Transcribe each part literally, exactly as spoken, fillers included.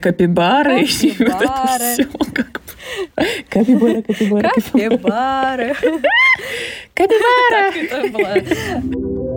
Капибары. Капибары. И вот это всё, как бы. Капибара, капибара, Капибары. Капибара! Так это было.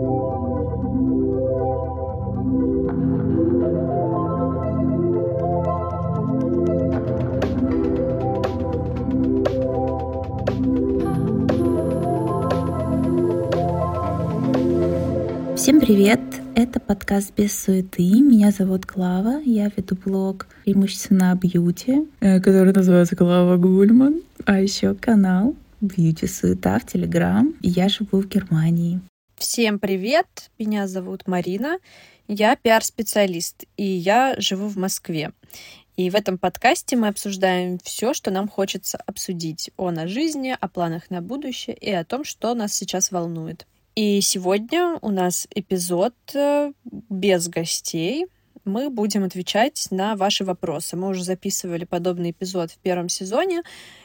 Всем привет! Это подкаст «Без суеты». Меня зовут Клава. Я веду блог преимущественно о бьюти, который называется Клава Гульман. А еще канал «Бьюти Суета» в Телеграм. И я живу в Германии. Всем привет! Меня зовут Марина. Я пиар-специалист, и я живу в Москве. И в этом подкасте мы обсуждаем все, что нам хочется обсудить о на жизни, о планах на будущее и о том, что нас сейчас волнует. И сегодня у нас эпизод без гостей. Мы будем отвечать на ваши вопросы. Мы уже записывали подобный эпизод в первом сезоне,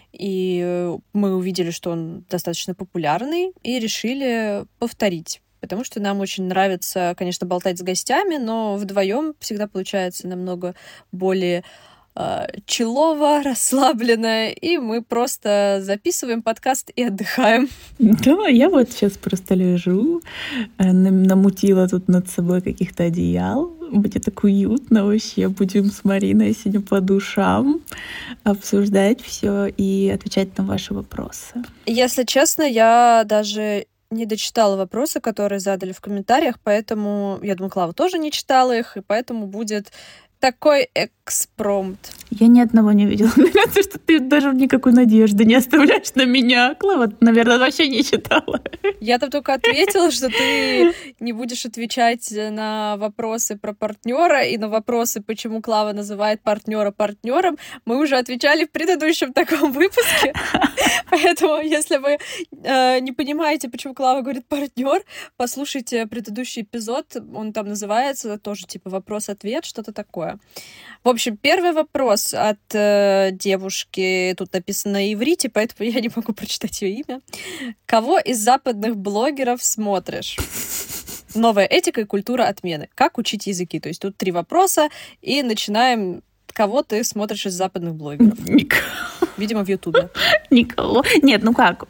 и мы увидели, что он достаточно популярный, и решили повторить. Потому что нам очень нравится, конечно, болтать с гостями, но вдвоем всегда получается намного более э, чилово, расслабленно, и мы просто записываем подкаст и отдыхаем. Да, я вот сейчас просто лежу, намутила тут над собой каких-то одеял. Мне так уютно вообще. Будем с Мариной сегодня по душам обсуждать все и отвечать на ваши вопросы. Если честно, я даже не дочитала вопросы, которые задали в комментариях, поэтому, я думаю, Клава тоже не читала их, и поэтому будет такой экспромт. Я ни одного не видела. Мне кажется, что ты даже никакой надежды не оставляешь на меня. Клава, наверное, вообще не читала. Я там только ответила, что ты не будешь отвечать на вопросы про партнера и на вопросы, почему Клава называет партнера партнером. Мы уже отвечали в предыдущем таком выпуске. Поэтому, если вы э, не понимаете, почему Клава говорит партнер, послушайте предыдущий эпизод. Он там называется тоже типа вопрос-ответ, что-то такое. В общем, первый вопрос от э, девушки, тут написано на иврите, поэтому я не могу прочитать ее имя. Кого из западных блогеров смотришь? Новая этика и культура отмены. Как учить языки? То есть тут три вопроса, и начинаем. Кого ты смотришь из западных блогеров? Никого. Видимо, в Ютубе. Никого. Нет, ну как?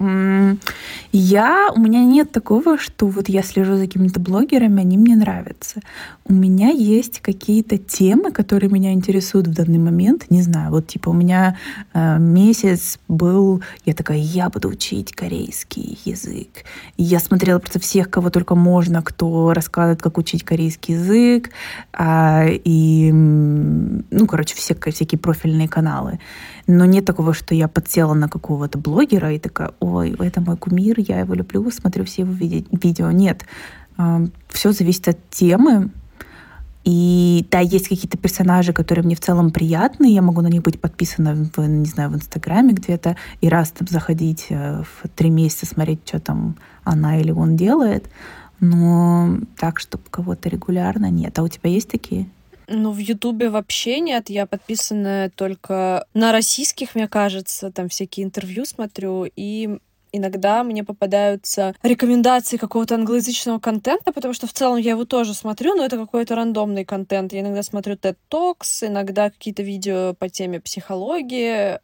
Я... У меня нет такого, что вот я слежу за какими-то блогерами, они мне нравятся. У меня есть какие-то темы, которые меня интересуют в данный момент. Не знаю, вот типа у меня э, месяц был... Я такая, я буду учить корейский язык. И я смотрела просто всех, кого только можно, кто рассказывает, как учить корейский язык. А, и, ну, короче, все всякие профильные каналы. Но нет такого, что я подсела на какого-то блогера и такая, ой, это мой кумир, я его люблю, смотрю все его видео. Нет. Все зависит от темы. И да, есть какие-то персонажи, которые мне в целом приятны, я могу на них быть подписана, в, не знаю, в Инстаграме где-то, и раз там заходить в три месяца, смотреть, что там она или он делает. Но так, чтобы кого-то регулярно, нет. А у тебя есть такие? Ну, в Ютубе вообще нет. Я подписана только на российских, мне кажется. Там всякие интервью смотрю. И иногда мне попадаются рекомендации какого-то англоязычного контента, потому что в целом я его тоже смотрю, но это какой-то рандомный контент. Я иногда смотрю TED Talks, иногда какие-то видео по теме психологии.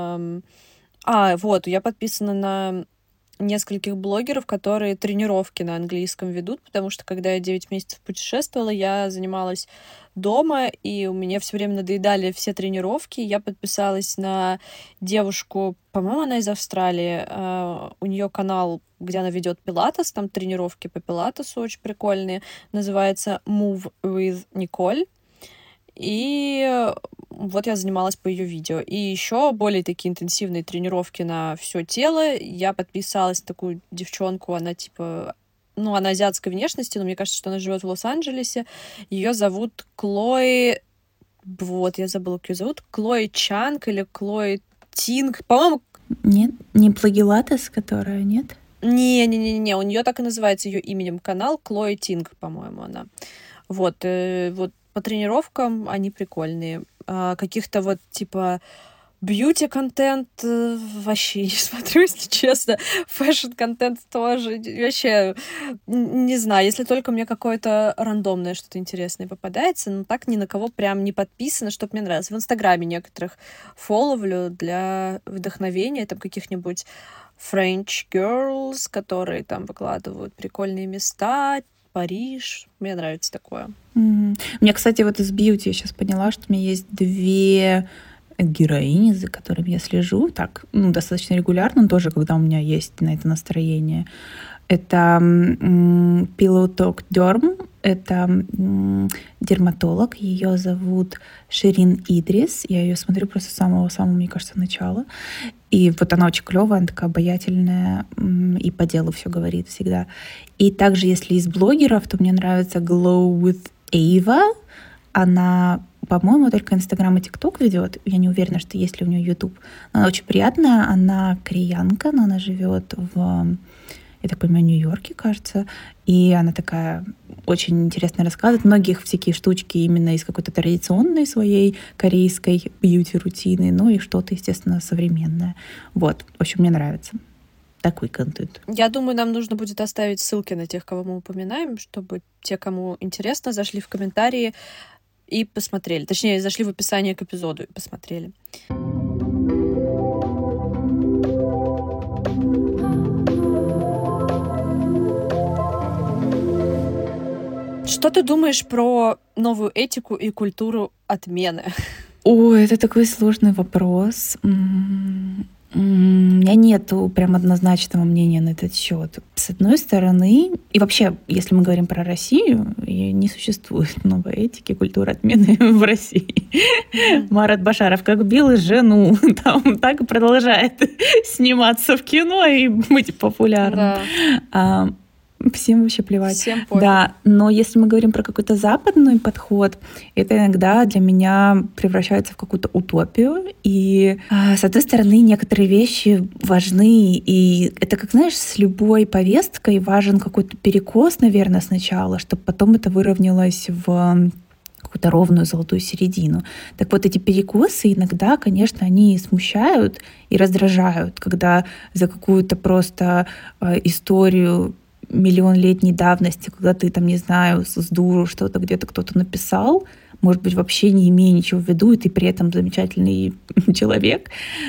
А, вот, я подписана на нескольких блогеров, которые тренировки на английском ведут, потому что когда я девять месяцев путешествовала, я занималась дома, и у меня все время надоедали все тренировки. Я подписалась на девушку, по-моему, она из Австралии. У нее канал, где она ведет пилатес, там тренировки по пилатесу очень прикольные. Называется Move with Nicole. И вот я занималась по ее видео. И еще более такие интенсивные тренировки на все тело. Я подписалась на такую девчонку, она типа... Ну, она азиатской внешности, но мне кажется, что она живет в Лос-Анджелесе. Ее зовут Клои... Вот, я забыла, как ее зовут. Клои Чанг или Клои Тинг. По-моему... Нет, не Плагилатес, которая, нет? Не-не-не-не, у нее так и называется ее именем канал. Клои Тинг, по-моему, она. Вот, э, вот по тренировкам они прикольные. А каких-то вот, типа, Бьюти-контент э, вообще не смотрю, если честно. Фэшн-контент тоже. Вообще, не знаю, если только мне какое-то рандомное что-то интересное попадается, но так ни на кого прям не подписано, чтобы мне нравилось. В Инстаграме некоторых фолловлю для вдохновения, там каких-нибудь French girls, которые там выкладывают прикольные места, Париж. Мне нравится такое. Mm-hmm. Мне, кстати, вот из бьюти я сейчас поняла, что у меня есть две героини, за которыми я слежу, так, ну, достаточно регулярно, тоже, когда у меня есть на это настроение. Это м, Pillow Talk Derm, это м, дерматолог, ее зовут Ширин Идрис, я ее смотрю просто с самого-самого, мне кажется, начала. И вот она очень клевая, она такая обаятельная м, и по делу все говорит всегда. И также, если из блогеров, то мне нравится Glow with Ava. Она, по-моему, только Инстаграм и ТикТок ведет. Я не уверена, что есть ли у нее Ютуб. Она очень приятная. Она кореянка, но она живет в, я так понимаю, Нью-Йорке, кажется. И она такая очень интересно рассказывает. Многих всякие штучки именно из какой-то традиционной своей корейской бьюти-рутины, ну и что-то, естественно, современное. Вот. В общем, мне нравится такой контент. Я думаю, нам нужно будет оставить ссылки на тех, кого мы упоминаем, чтобы те, кому интересно, зашли в комментарии и посмотрели. Точнее, зашли в описание к эпизоду и посмотрели. Что ты думаешь про новую этику и культуру отмены? Ой, это такой сложный вопрос. У меня нету прям однозначного мнения на этот счет. С одной стороны, и вообще, если мы говорим про Россию, не существует новой этики, культуры отмены в России. Mm-hmm. Марат Башаров как бил жену, там так и продолжает сниматься в кино и быть популярным. Yeah. Всем вообще плевать. Всем пофиг. Да, но если мы говорим про какой-то западный подход, это иногда для меня превращается в какую-то утопию. И, с одной стороны, некоторые вещи важны. И это, как знаешь, с любой повесткой важен какой-то перекос, наверное, сначала, чтобы потом это выровнялось в какую-то ровную золотую середину. Так вот, эти перекосы иногда, конечно, они смущают и раздражают, когда за какую-то просто историю миллионлетней давности, когда ты там, не знаю, с дуру что-то где-то кто-то написал, может быть, вообще не имея ничего в виду, и ты при этом замечательный человек,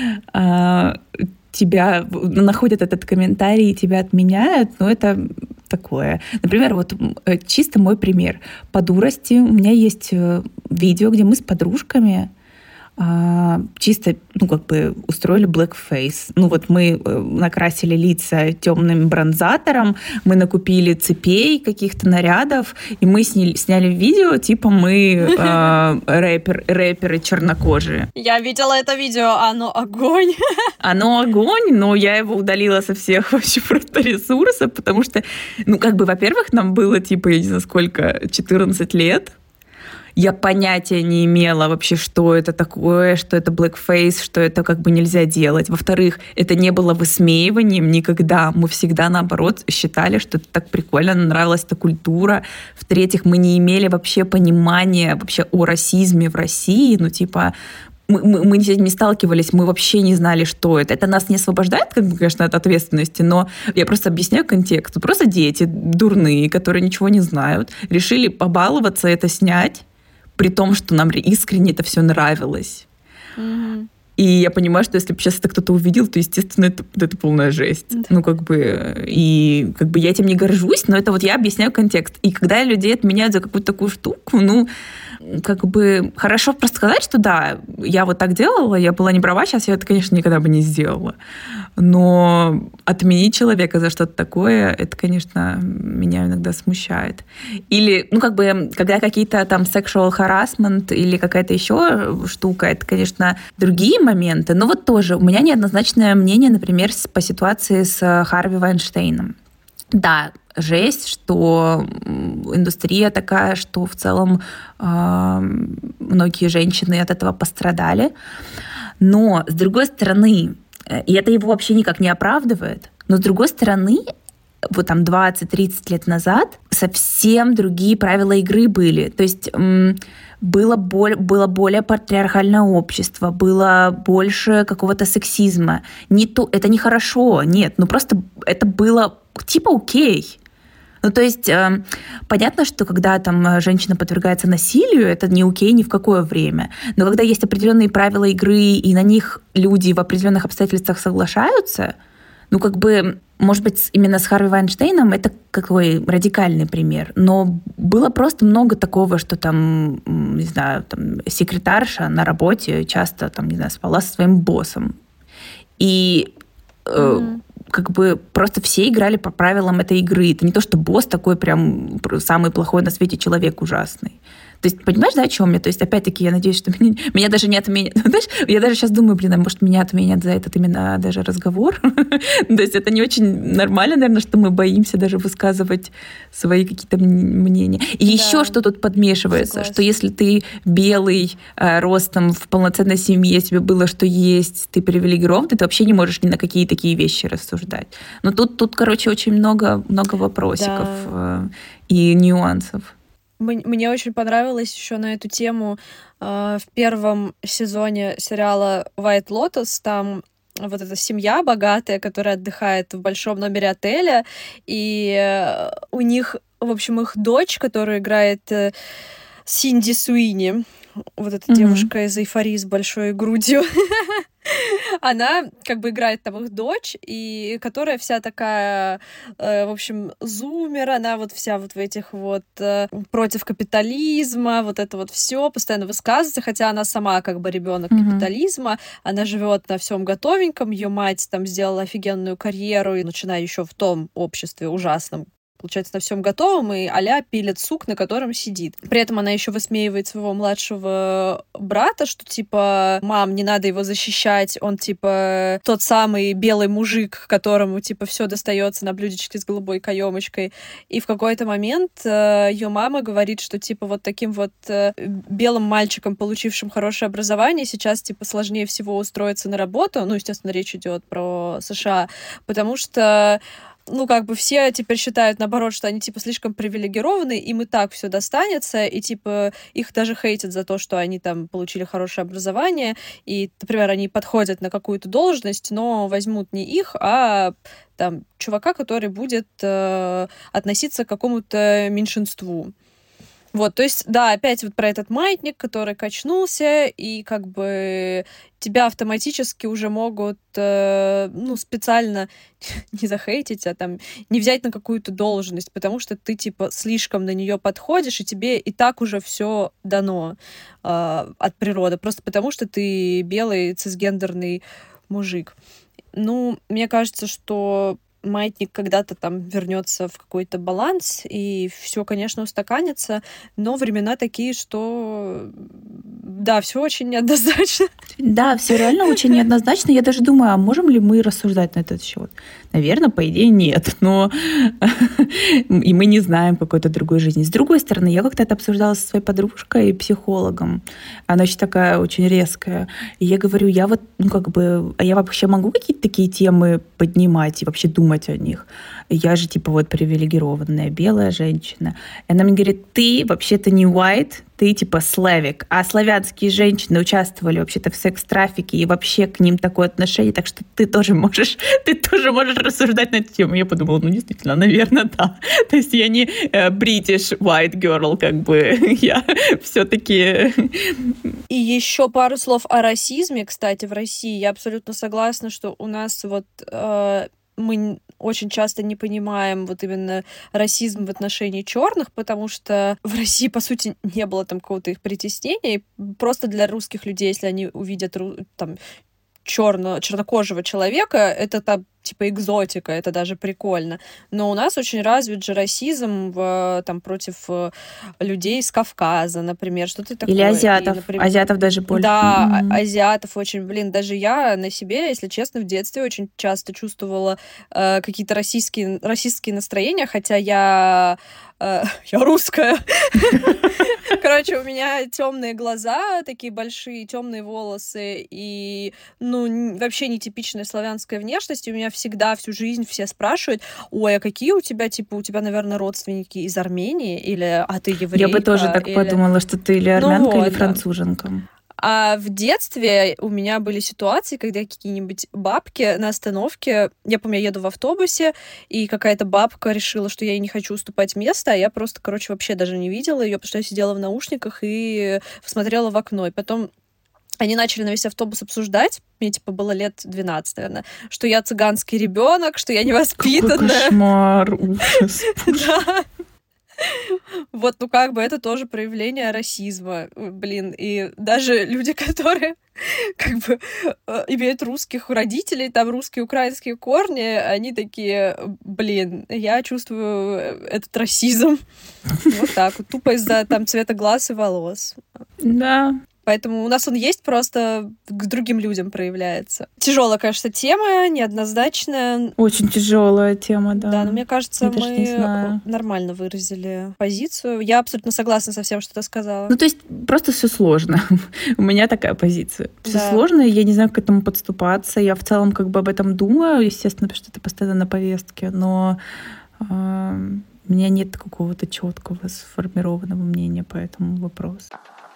тебя находят этот комментарий и тебя отменяют, но это такое. Например, вот чисто мой пример. По дурости у меня есть видео, где мы с подружками А, чисто, ну, как бы устроили blackface. Ну, вот мы накрасили лица темным бронзатором, мы накупили цепей, каких-то нарядов, и мы сняли, сняли видео, типа мы э, рэпер, рэперы чернокожие. Я видела это видео, оно огонь. Оно огонь, но я его удалила со всех вообще просто ресурсов, потому что, ну, как бы, во-первых, нам было, типа, я не знаю, сколько, четырнадцать лет, я понятия не имела вообще, что это такое, что это blackface, что это как бы нельзя делать. Во-вторых, это не было высмеиванием никогда. Мы всегда, наоборот, считали, что это так прикольно, нравилась эта культура. В-третьих, мы не имели вообще понимания вообще о расизме в России. Ну, типа, мы, мы, мы не сталкивались, мы вообще не знали, что это. Это нас не освобождает, как бы, конечно, от ответственности, но я просто объясняю контекст. Просто дети дурные, которые ничего не знают, решили побаловаться, это снять, при том, что нам искренне это все нравилось. Mm-hmm. И я понимаю, что если бы сейчас это кто-то увидел, то, естественно, это, это полная жесть. Mm-hmm. Ну, как бы, и как бы я этим не горжусь, но это вот я объясняю контекст. И когда людей отменяют за какую-то такую штуку, ну, как бы хорошо просто сказать, что да, я вот так делала, я была не права, сейчас я это, конечно, никогда бы не сделала. Но отменить человека за что-то такое, это, конечно, меня иногда смущает. Или, ну, как бы, когда какие-то там sexual harassment или какая-то еще штука, это, конечно, другие моменты. Но вот тоже у меня неоднозначное мнение, например, по ситуации с Харви Вайнштейном. Да, жесть, что индустрия такая, что в целом э, многие женщины от этого пострадали. Но, с другой стороны, и это его вообще никак не оправдывает, но, с другой стороны, вот там двадцать-тридцать лет назад совсем другие правила игры были. То есть было, боль, было более патриархальное общество, было больше какого-то сексизма. Не то, это не хорошо, нет, ну просто это было типа окей. Ну, то есть э, понятно, что когда там женщина подвергается насилию, это не окей ни в какое время. Но когда есть определенные правила игры, и на них люди в определенных обстоятельствах соглашаются, ну, как бы, может быть, именно с Харви Вайнштейном это какой радикальный пример. Но было просто много такого, что там, не знаю, там, секретарша на работе часто, там, не знаю, спала со своим боссом. И... Э, mm-hmm. как бы просто все играли по правилам этой игры. Это не то, что босс такой прям самый плохой на свете человек ужасный. То есть, понимаешь, да, о чем я? То есть, опять-таки, я надеюсь, что меня, меня даже не отменят. Знаешь, я даже сейчас думаю, блин, а может, меня отменят за этот именно даже разговор? То есть, это не очень нормально, наверное, что мы боимся даже высказывать свои какие-то мнения. И да, еще что тут подмешивается, согласна. Что если ты белый, ростом в полноценной семье, тебе было что есть, ты привилегирован, ты вообще не можешь ни на какие такие вещи рассуждать. Но тут, тут короче, очень много, много вопросиков да. и нюансов. Мне очень понравилось еще на эту тему э, в первом сезоне сериала White Lotus. Там вот эта семья богатая, которая отдыхает в большом номере отеля, и э, у них, в общем, их дочь, которую играет э, Синди Суини, вот эта mm-hmm. девушка из «Эйфории» с большой грудью, она как бы играет там их дочь, и которая вся такая, э, в общем, зумер, она вот вся вот в этих вот э, против капитализма, вот это вот все постоянно высказывается, хотя она сама как бы ребенок mm-hmm. капитализма, она живет на всем готовеньком, ее мать там сделала офигенную карьеру, и начиная еще в том обществе ужасном, получается, на всем готовом, и а-ля пилит сук, на котором сидит. При этом она еще высмеивает своего младшего брата, что, типа, мам, не надо его защищать, он, типа, тот самый белый мужик, которому, типа, все достается на блюдечке с голубой каемочкой. И в какой-то момент э, ее мама говорит, что, типа, вот таким вот э, белым мальчиком, получившим хорошее образование, сейчас, типа, сложнее всего устроиться на работу. Ну, естественно, речь идет про США, потому что ну, как бы все теперь считают, наоборот, что они, типа, слишком привилегированы, им и так все достанется, и, типа, их даже хейтят за то, что они там получили хорошее образование, и, например, они подходят на какую-то должность, но возьмут не их, а там чувака, который будет э, относиться к какому-то меньшинству. Вот, то есть, да, опять вот про этот маятник, который качнулся, и как бы тебя автоматически уже могут, э, ну, специально не захейтить, а там не взять на какую-то должность, потому что ты, типа, слишком на нее подходишь, и тебе и так уже все дано э, от природы, просто потому что ты белый цисгендерный мужик. Ну, мне кажется, что маятник когда-то там вернется в какой-то баланс, и все, конечно, устаканится, но времена такие, что да, все очень неоднозначно. Да, все реально очень неоднозначно. Я даже думаю, а можем ли мы рассуждать на этот счет? Наверное, по идее, нет. Но и мы не знаем какой-то другой жизни. С другой стороны, я как-то это обсуждала со своей подружкой и психологом. Она очень такая, очень резкая. И я говорю, я вот, ну как бы, а я вообще могу какие-то такие темы поднимать и вообще думать о них? Я же типа вот привилегированная белая женщина. И она мне говорит, ты вообще-то не white, ты типа славик, а славянские женщины участвовали вообще-то в секс-трафике, и вообще к ним такое отношение, так что ты тоже можешь, ты тоже можешь рассуждать на эту тему. Я подумала, ну действительно, наверное, да. То есть я не British white girl, как бы, я все-таки... И еще пару слов о расизме, кстати, в России. Я абсолютно согласна, что у нас вот э, мы очень часто не понимаем вот именно расизм в отношении черных, потому что в России, по сути, не было там какого-то их притеснения. И просто для русских людей, если они увидят там черно, чернокожего человека, это там типа экзотика, это даже прикольно. Но у нас очень развит же расизм в, там, против людей с Кавказа, например, что-то такое. Или азиатов. И, например, азиатов даже больше. Да, mm-hmm. азиатов очень, блин, даже я на себе, если честно, в детстве очень часто чувствовала э, какие-то российские, российские настроения, хотя я э, я русская. Короче, у меня темные глаза, такие большие темные волосы и, ну, вообще нетипичная славянская внешность. И у меня всегда всю жизнь все спрашивают: ой, а какие у тебя, типа, у тебя, наверное, родственники из Армении? Или, а ты еврейка? Я бы тоже так или... подумала, что ты или армянка, ну, вот, или француженка. А в детстве у меня были ситуации, когда какие-нибудь бабки на остановке, я помню, я еду в автобусе, и какая-то бабка решила, что я ей не хочу уступать место, а я просто, короче, вообще даже не видела ее, потому что я сидела в наушниках и смотрела в окно. И потом они начали на весь автобус обсуждать, мне типа было лет двенадцать, наверное, что я цыганский ребенок, что я невоспитанная. Какой кошмар, ужас. Да. Вот, ну как бы это тоже проявление расизма, блин. И даже люди, которые как бы имеют русских родителей, там русские, украинские корни, они такие: блин, я чувствую этот расизм. Вот так вот, тупо из-за там цвета глаз и волос. Да. Поэтому у нас он есть, просто к другим людям проявляется. Тяжелая, конечно, тема, неоднозначная. Очень тяжелая тема, да. Да, но мне кажется, Я даже не мы знаю. нормально выразили позицию. Я абсолютно согласна со всем, что ты сказала. Ну, то есть просто все сложно. У меня такая позиция. Все Да. сложно, и я не знаю, как к этому подступаться. Я в целом как бы об этом думаю, естественно, потому что это постоянно на повестке, но э, у меня нет какого-то четкого сформированного мнения по этому вопросу.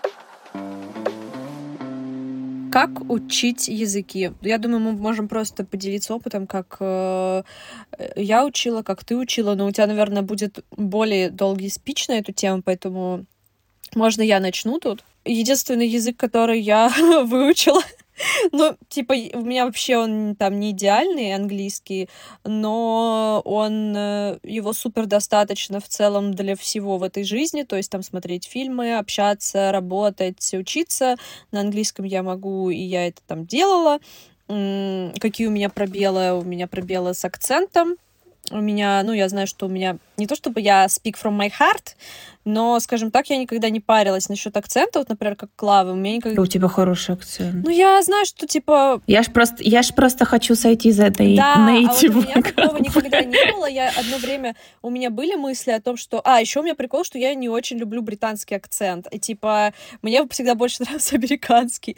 Как учить языки? Я думаю, мы можем просто поделиться опытом, как э, я учила, как ты учила, но у тебя, наверное, будет более долгий спич на эту тему, поэтому можно я начну тут. Единственный язык, который я выучила, ну, типа, у меня вообще он там не идеальный английский, но он, его супер достаточно в целом для всего в этой жизни, то есть там смотреть фильмы, общаться, работать, учиться. На английском я могу, и я это там делала. Какие у меня пробелы? У меня пробелы с акцентом. У меня, ну, я знаю, что у меня не то чтобы я speak from my heart, но, скажем так, я никогда не парилась насчет акцента, вот, например, как Клавы. У меня никогда... У тебя хороший акцент. Ну, я знаю, что, типа... Я ж просто, я ж просто хочу сойти за это да, native. А вот у меня такого никогда не было. Я одно время... У меня были мысли о том, что... А, еще у меня прикол, что я не очень люблю британский акцент. И, типа, мне всегда больше нравился американский.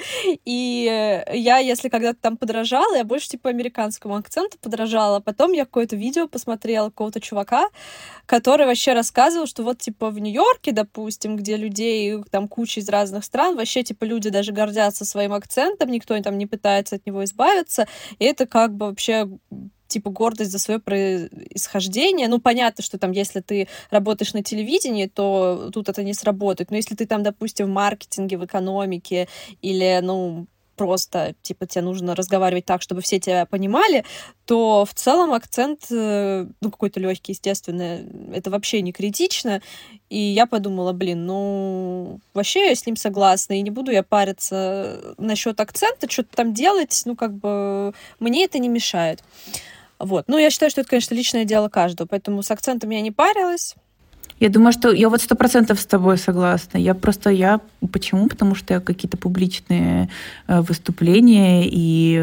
И я, если когда-то там подражала, я больше, типа, американскому акценту подражала. Потом я какое-то видео посмотрела какого-то чувака, который вообще рассказывал, что вот, типа, в Нью-Йорке, допустим, где людей там куча из разных стран, вообще, типа, люди даже гордятся своим акцентом, никто там не пытается от него избавиться, и это как бы вообще типа гордость за свое происхождение. Ну, понятно, что там, если ты работаешь на телевидении, то тут это не сработает. Но если ты там, допустим, в маркетинге, в экономике или, ну, просто, типа, тебе нужно разговаривать так, чтобы все тебя понимали, то в целом акцент, ну, какой-то легкий, естественно, это вообще не критично. И я подумала, блин, ну, вообще я с ним согласна, и не буду я париться насчет акцента, что-то там делать, ну, как бы, мне это не мешает. Вот. Ну, я считаю, что это, конечно, личное дело каждого, поэтому с акцентом я не парилась. Я думаю, что я вот сто процентов с тобой согласна. Я просто, я... Почему? Потому что я какие-то публичные выступления и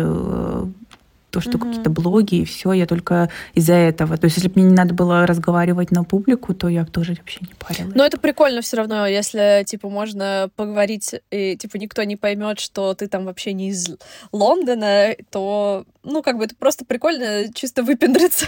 то, что mm-hmm. какие-то блоги, и все, я только из-за этого. То есть, если бы мне не надо было разговаривать на публику, то я тоже вообще не парилась. Но это прикольно все равно, если, типа, можно поговорить, и, типа, никто не поймет, что ты там вообще не из Лондона, то, ну, как бы, это просто прикольно чисто выпендриться.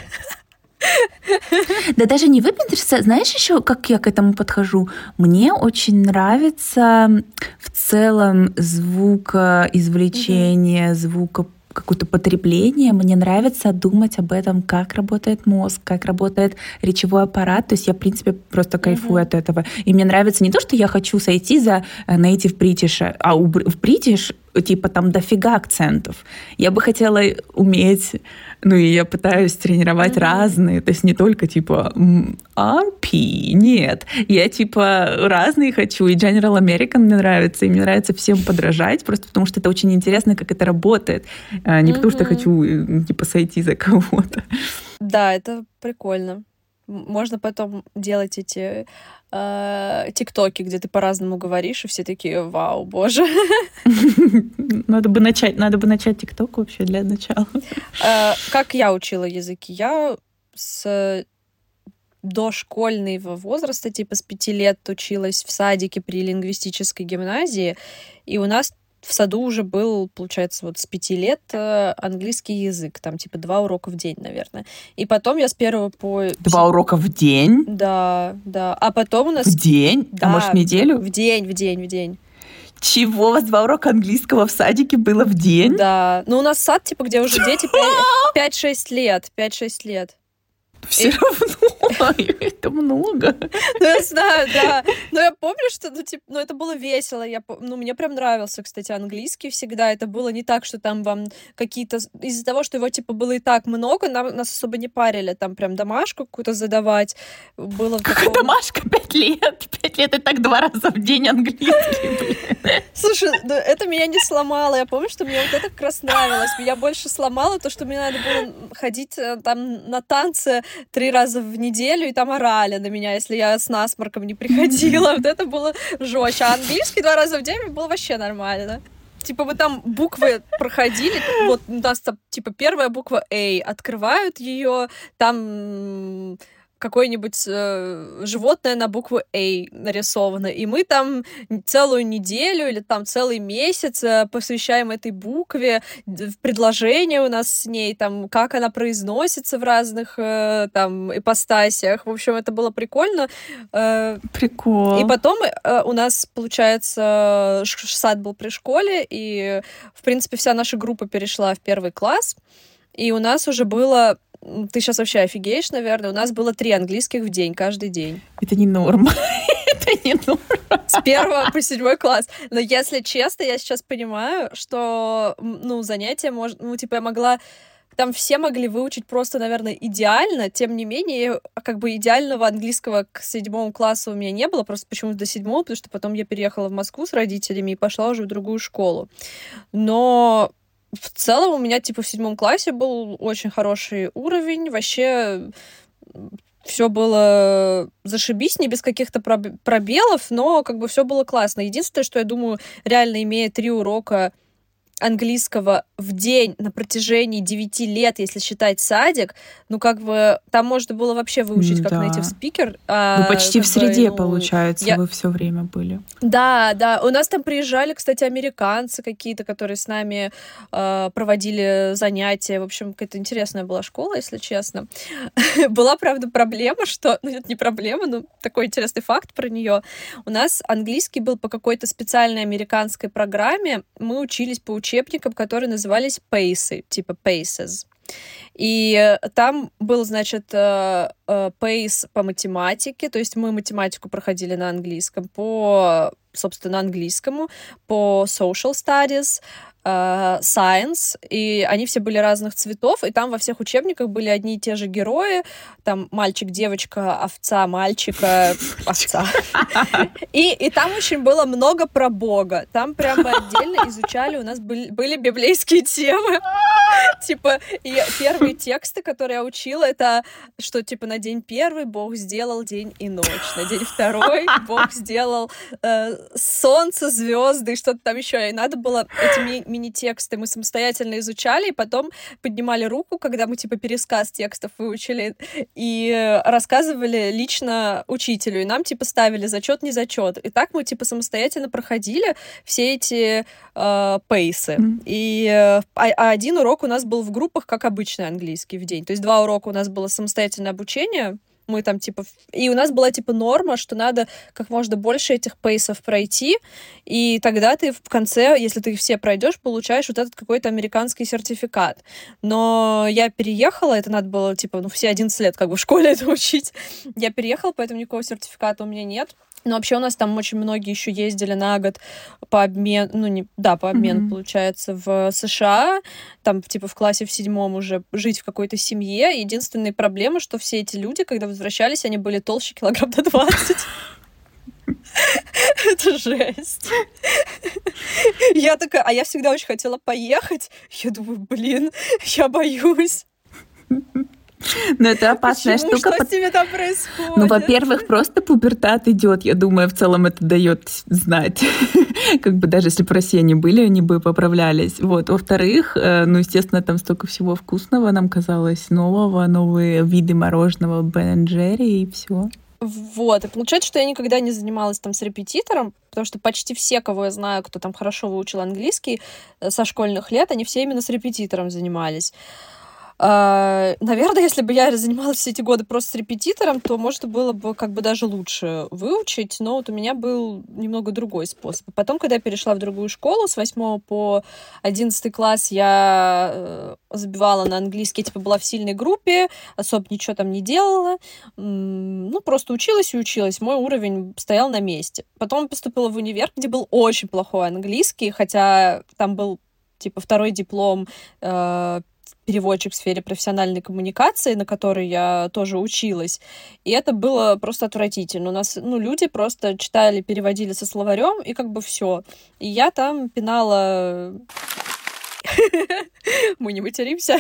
Да даже не выпендриться. Знаешь еще, как я к этому подхожу? Мне очень нравится в целом звукоизвлечение, mm-hmm. звуко какое-то потребление. Мне нравится думать об этом, как работает мозг, как работает речевой аппарат. То есть я, в принципе, просто кайфую mm-hmm. от этого. И мне нравится не то, что я хочу сойти за native British, а у, в British типа там дофига акцентов. Я бы хотела уметь, ну и я пытаюсь тренировать mm-hmm. разные, то есть не только типа ар пи, нет. Я типа разные хочу, и General American мне нравится, и мне нравится всем подражать, просто потому что это очень интересно, как это работает. А не mm-hmm. потому что хочу типа сойти за кого-то. Да, это прикольно. Можно потом делать эти э, тиктоки, где ты по-разному говоришь, и все такие: вау, боже. Надо бы начать, надо бы начать тикток вообще для начала. Э, как я учила языки? Я с дошкольного возраста, типа с пяти лет училась в садике при лингвистической гимназии, и у нас в саду уже был, получается, вот с пяти лет английский язык, там типа два урока в день, наверное. И потом я с первого по... Два урока в день? Да, да. А потом у нас... В день? Да, а может, в неделю? В день, в день, в день. Чего? У вас два урока английского в садике было в день? Да. Ну, у нас сад, типа, где уже дети пять-шесть лет. пять-шесть лет. Все и... равно это много. Ну, я знаю, да. Но я помню, что, ну, типа, ну, это было весело. Я, ну, мне прям нравился, кстати, английский всегда. Это было не так, что там вам какие-то... Из-за того, что его, типа, было и так много, нам, нас особо не парили. Там прям домашку какую-то задавать. Было Какая такого... домашка? Пять лет? Пять лет — это так два раза в день английский, блин. Слушай, ну, это меня не сломало. Я помню, что мне вот это как раз нравилось. Меня больше сломало то, что мне надо было ходить там на танцы три раза в неделю, и там орали на меня, если я с насморком не приходила. Вот это было жестче. А английский два раза в день было вообще нормально. Типа вы там буквы проходили, вот у нас там, типа, первая буква A, открывают ее, там... какое-нибудь э, животное на букву A нарисовано, и мы там целую неделю или там целый месяц э, посвящаем этой букве, в предложение у нас с ней, там, как она произносится в разных э, там ипостасях. В общем, это было прикольно. Э, Прикол. И потом э, у нас, получается, сад был при школе, и, в принципе, вся наша группа перешла в первый класс, и у нас уже было... Ты сейчас вообще офигеешь, наверное. У нас было три английских в день, каждый день. Это не норма. Это не норма. С первого по седьмой класс. Но если честно, я сейчас понимаю, что, ну, занятия, может, ну, типа, я могла... Там все могли выучить просто, наверное, идеально. Тем не менее, как бы идеального английского к седьмому классу у меня не было. Просто почему-то до седьмого, потому что потом я переехала в Москву с родителями и пошла уже в другую школу. Но... В целом у меня, типа, в седьмом классе был очень хороший уровень. Вообще все было зашибись, не без каких-то пробелов, но как бы все было классно. Единственное, что я думаю, реально имея три урока английского в день на протяжении девяти лет, если считать садик, ну, как бы, там можно было вообще выучить как да. native speaker. А, ну, почти в среде, бы, ну, получается, я... вы все время были. Да, да. У нас там приезжали, кстати, американцы какие-то, которые с нами э, проводили занятия. В общем, какая-то интересная была школа, если честно. Была, правда, проблема, что... Ну, это не проблема, но такой интересный факт про нее. У нас английский был по какой-то специальной американской программе. Мы учились по учебникам, которые назывались пейсы, типа paces. И там был, значит, пейс по математике, то есть мы математику проходили на английском, по, собственно, английскому, по social studies, science, и они все были разных цветов, и там во всех учебниках были одни и те же герои, там мальчик, девочка, овца, мальчика, овца. И, и там очень было много про Бога. Там прямо отдельно изучали, у нас были, были библейские темы. Типа, и первые тексты, которые я учила, это что, типа, на день первый Бог сделал день и ночь, на день второй Бог сделал э, солнце, звезды и что-то там еще. И надо было эти ми- мини-тексты мы самостоятельно изучали, и потом поднимали руку, когда мы, типа, пересказ текстов выучили, и рассказывали лично учителю, и нам, типа, ставили зачет, не зачет. И так мы, типа, самостоятельно проходили все эти э, пейсы. Mm-hmm. И э, а, а один урок у нас был в группах, как обычный английский в день. То есть два урока у нас было самостоятельное обучение, мы там, типа... И у нас была, типа, норма, что надо как можно больше этих пейсов пройти, и тогда ты в конце, если ты их все пройдешь, получаешь вот этот какой-то американский сертификат. Но я переехала, это надо было, типа, ну, все одиннадцать лет как бы в школе это учить. Я переехала, поэтому никакого сертификата у меня нет. Но вообще у нас там очень многие еще ездили на год по обмену, ну, не, да, по обмену, mm-hmm. получается, в США, там, типа, в классе в седьмом уже жить в какой-то семье. Единственная проблема, что все эти люди, когда возвращались, они были толще килограмм до двадцать. Это жесть. Я такая, а я всегда очень хотела поехать. Я думаю, блин, я боюсь. Но это опасная Почему? штука. Что с тебе там происходит? Ну, во-первых, просто пубертат идет. Я думаю, в целом это дает знать. Как бы даже если бы в России они были, они бы поправлялись. Вот. Во-вторых, ну, естественно, там столько всего вкусного нам казалось, нового, новые виды мороженого, Бен энд Джерри и все. Вот, и получается, что я никогда не занималась там с репетитором, потому что почти все, кого я знаю, кто там хорошо выучил английский со школьных лет, они все именно с репетитором занимались. Наверное, если бы я занималась все эти годы просто с репетитором, то, может, было бы как бы даже лучше выучить, но вот у меня был немного другой способ. Потом, когда я перешла в другую школу, с восьмого по одиннадцатый класс я забивала на английский, типа была в сильной группе, особо ничего там не делала, ну, просто училась и училась, мой уровень стоял на месте. Потом поступила в универ, где был очень плохой английский, хотя там был, типа, второй диплом переводчик в сфере профессиональной коммуникации, на которой я тоже училась. И это было просто отвратительно. У нас, ну, люди просто читали, переводили со словарем, и как бы все. И я там пинала... Мы не материмся.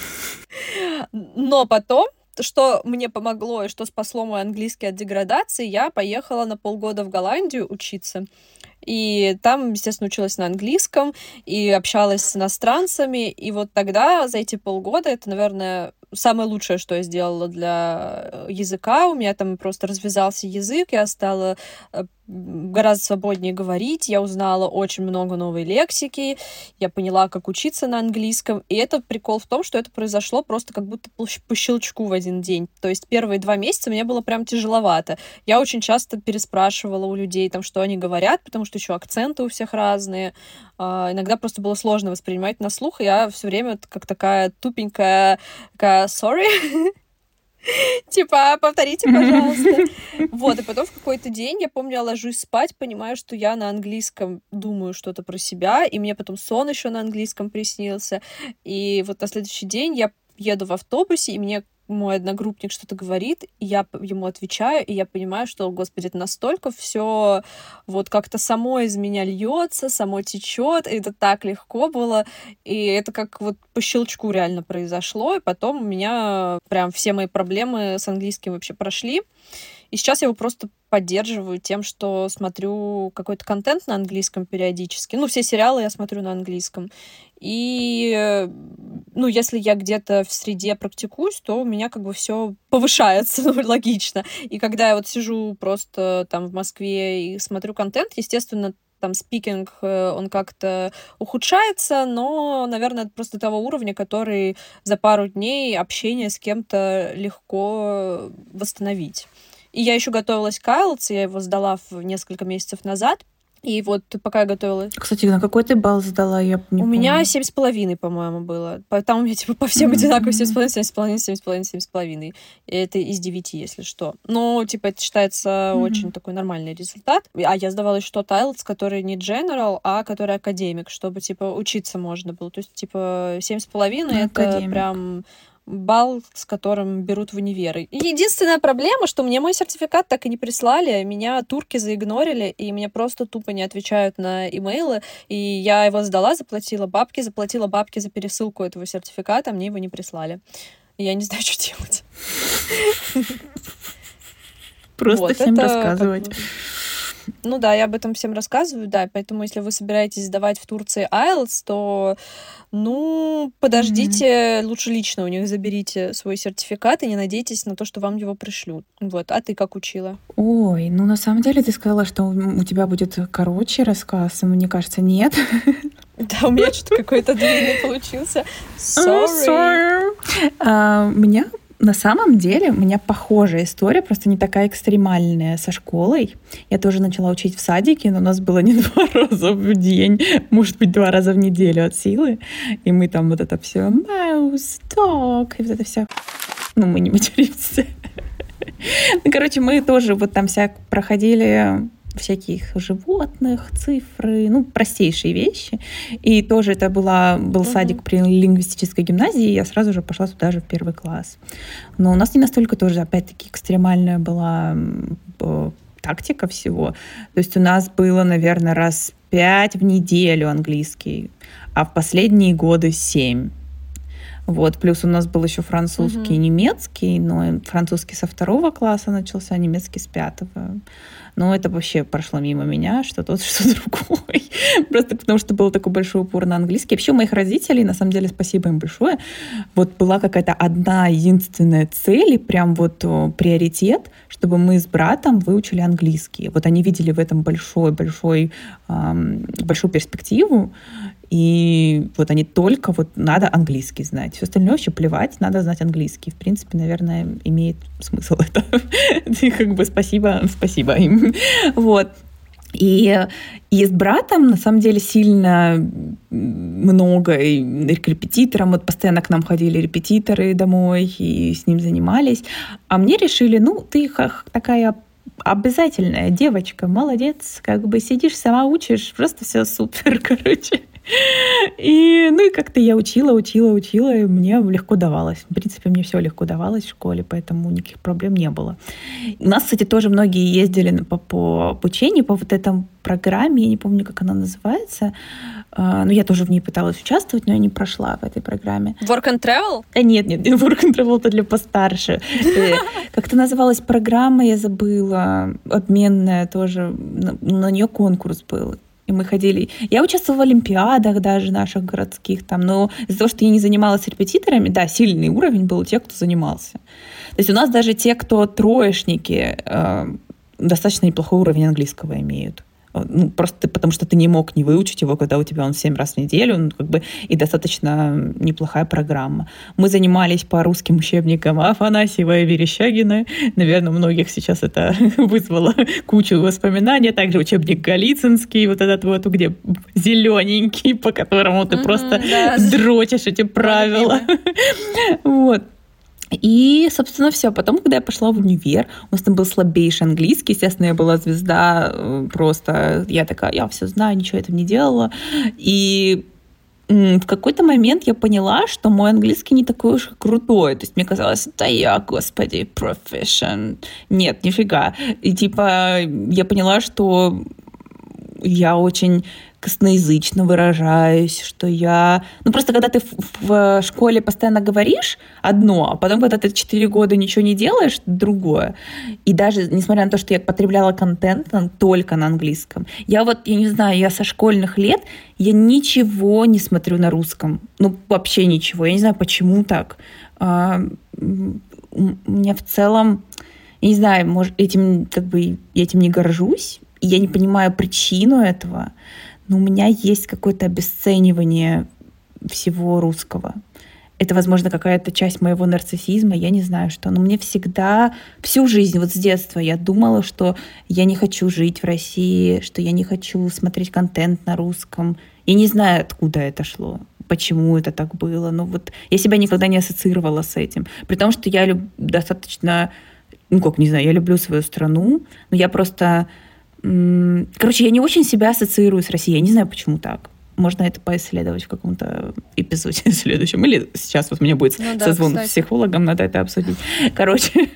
Но потом, что мне помогло и что спасло мой английский от деградации, я поехала на полгода в Голландию учиться. И там, естественно, училась на английском и общалась с иностранцами. И вот тогда, за эти полгода, это, наверное, самое лучшее, что я сделала для языка. У меня там просто развязался язык, я стала гораздо свободнее говорить, я узнала очень много новой лексики, я поняла, как учиться на английском. И это прикол в том, что это произошло просто как будто по щелчку в один день. То есть первые два месяца мне было прям тяжеловато. Я очень часто переспрашивала у людей, там, что они говорят, потому что еще акценты у всех разные. Uh, иногда просто было сложно воспринимать на слух, и я все время как такая тупенькая, такая sorry, типа, повторите, пожалуйста. Вот, и потом в какой-то день, я помню, я ложусь спать, понимаю, что я на английском думаю что-то про себя, и мне потом сон еще на английском приснился. И вот на следующий день я еду в автобусе, и мне мой одногруппник что-то говорит, и я ему отвечаю, и я понимаю, что, господи, это настолько все вот как-то само из меня льется, само течет, и это так легко было, и это как вот по щелчку реально произошло, и потом у меня прям все мои проблемы с английским вообще прошли. И сейчас я его просто поддерживаю тем, что смотрю какой-то контент на английском периодически. Ну, все сериалы я смотрю на английском. И, ну, если я где-то в среде практикуюсь, то у меня как бы все повышается, ну, логично. И когда я вот сижу просто там в Москве и смотрю контент, естественно, там спикинг, он как-то ухудшается, но, наверное, это просто того уровня, который за пару дней общения с кем-то легко восстановить. И я еще готовилась к айлтс, я его сдала в несколько месяцев назад. И вот пока я готовилась... Кстати, на какой ты балл сдала? Я не У помню. меня семь с половиной, по-моему, было. Там у меня типа по всем одинаково семь с половиной, семь с половиной, семь с половиной, семь с половиной. Это из девяти, если что. Но, типа, это считается mm-hmm. очень такой нормальный результат. А я сдавала еще тот айлтс, который не general, а который академик, чтобы, типа, учиться можно было. То есть, типа, семь с половиной — это прям... балл, с которым берут в универы. Единственная проблема, что мне мой сертификат так и не прислали, меня турки заигнорили, и мне просто тупо не отвечают на имейлы, и я его сдала, заплатила бабки, заплатила бабки за пересылку этого сертификата, мне его не прислали. И я не знаю, что делать. Просто всем рассказывать. Ну да, я об этом всем рассказываю, да, поэтому если вы собираетесь сдавать в Турции айлтс, то, ну, подождите, mm-hmm. лучше лично у них заберите свой сертификат и не надейтесь на то, что вам его пришлют. Вот, а ты как учила? Ой, ну на самом деле ты сказала, что у тебя будет короче рассказ, мне кажется, нет. Да, у меня что-то какой-то длинный получился. Sorry. Oh, sorry. Uh, у меня на самом деле у меня похожая история, просто не такая экстремальная со школой. Я тоже начала учить в садике, но у нас было не два раза в день, может быть, два раза в неделю от силы. И мы там вот это все mouse, dog, и вот это все. Ну, мы не материмся. Ну, короче, мы тоже вот там всяк проходили всяких животных, цифры, ну, простейшие вещи. И тоже это была, был uh-huh. садик при лингвистической гимназии, и я сразу же пошла туда же в первый класс. Но у нас не настолько тоже, опять-таки, экстремальная была э, тактика всего. То есть у нас было, наверное, раз пять в неделю английский, а в последние годы семь. Вот. Плюс у нас был еще французский и Мгм. немецкий, но французский со второго класса начался, а немецкий с пятого. Но это вообще прошло мимо меня, что тот, что другой. Просто потому, что был такой большой упор на английский. Вообще у моих родителей, на самом деле, спасибо им большое, вот была какая-то одна единственная цель, и прям вот о, приоритет, чтобы мы с братом выучили английский. Вот они видели в этом большой-большой, ам, большую перспективу, и вот они только вот надо английский знать. Все остальное вообще плевать, надо знать английский. В принципе, наверное, имеет смысл это. И как бы спасибо, спасибо им. Вот. И, и с братом, на самом деле, сильно много и к репетиторам. Вот постоянно к нам ходили репетиторы домой и с ним занимались. А мне решили, ну, ты как такая обязательная девочка, молодец, как бы сидишь, сама учишь, просто все супер, короче. И, ну и как-то я учила, учила, учила, и мне легко давалось. В принципе, мне все легко давалось в школе, поэтому никаких проблем не было. У нас, кстати, тоже многие ездили на- по, по обучению, по вот этой программе, я не помню, как она называется, А, но я тоже в ней пыталась участвовать, но я не прошла в этой программе. Work and travel? А нет, нет, Work and Travel это для постарше. Э, Как-то называлась программа, я забыла, обменная тоже, на, на нее конкурс был. И мы ходили. Я участвовала в олимпиадах даже наших городских там, но из-за того, что я не занималась репетиторами, да, сильный уровень был у тех, кто занимался. То есть у нас даже те, кто троечники, э, достаточно неплохой уровень английского имеют. Ну, просто потому что ты не мог не выучить его, когда у тебя он семь раз в неделю, ну, как бы, и достаточно неплохая программа. Мы занимались по русским учебникам Афанасьева и Верещагина. Наверное, у многих сейчас это вызвало кучу воспоминаний. Также учебник Голицынский, вот этот вот, где зелененький, по которому ты Мгм, просто да. дрочишь эти правила. Вот. И, собственно, все. Потом, когда я пошла в универ, у нас там был слабейший английский. Естественно, я была звезда э, просто. Я такая, я все знаю, ничего этого не делала. И м, в какой-то момент я поняла, что мой английский не такой уж и крутой. То есть мне казалось, да я, господи, profession. Нет, нифига. И типа я поняла, что я очень косноязычно выражаюсь, что я... Ну, просто когда ты в, в школе постоянно говоришь одно, а потом, когда ты четыре года ничего не делаешь, другое. И даже несмотря на то, что я потребляла контент только на английском, я вот, я не знаю, я со школьных лет, я ничего не смотрю на русском. Ну, вообще ничего. Я не знаю, почему так. А, м, у меня в целом, я не знаю, может, этим, как бы, я этим не горжусь, и я не понимаю причину этого, но у меня есть какое-то обесценивание всего русского. Это, возможно, какая-то часть моего нарциссизма, я не знаю что. Но мне всегда, всю жизнь, вот с детства я думала, что я не хочу жить в России, что я не хочу смотреть контент на русском. Я не знаю, откуда это шло, почему это так было. Но вот я себя никогда не ассоциировала с этим. При том, что я люб... достаточно, ну как, не знаю, я люблю свою страну, но я просто... Короче, я не очень себя ассоциирую с Россией. Я не знаю, почему так. Можно это поисследовать в каком-то эпизоде следующем. Или сейчас вот у меня будет Ну да, созвон с кстати. психологом, надо это обсудить. Короче.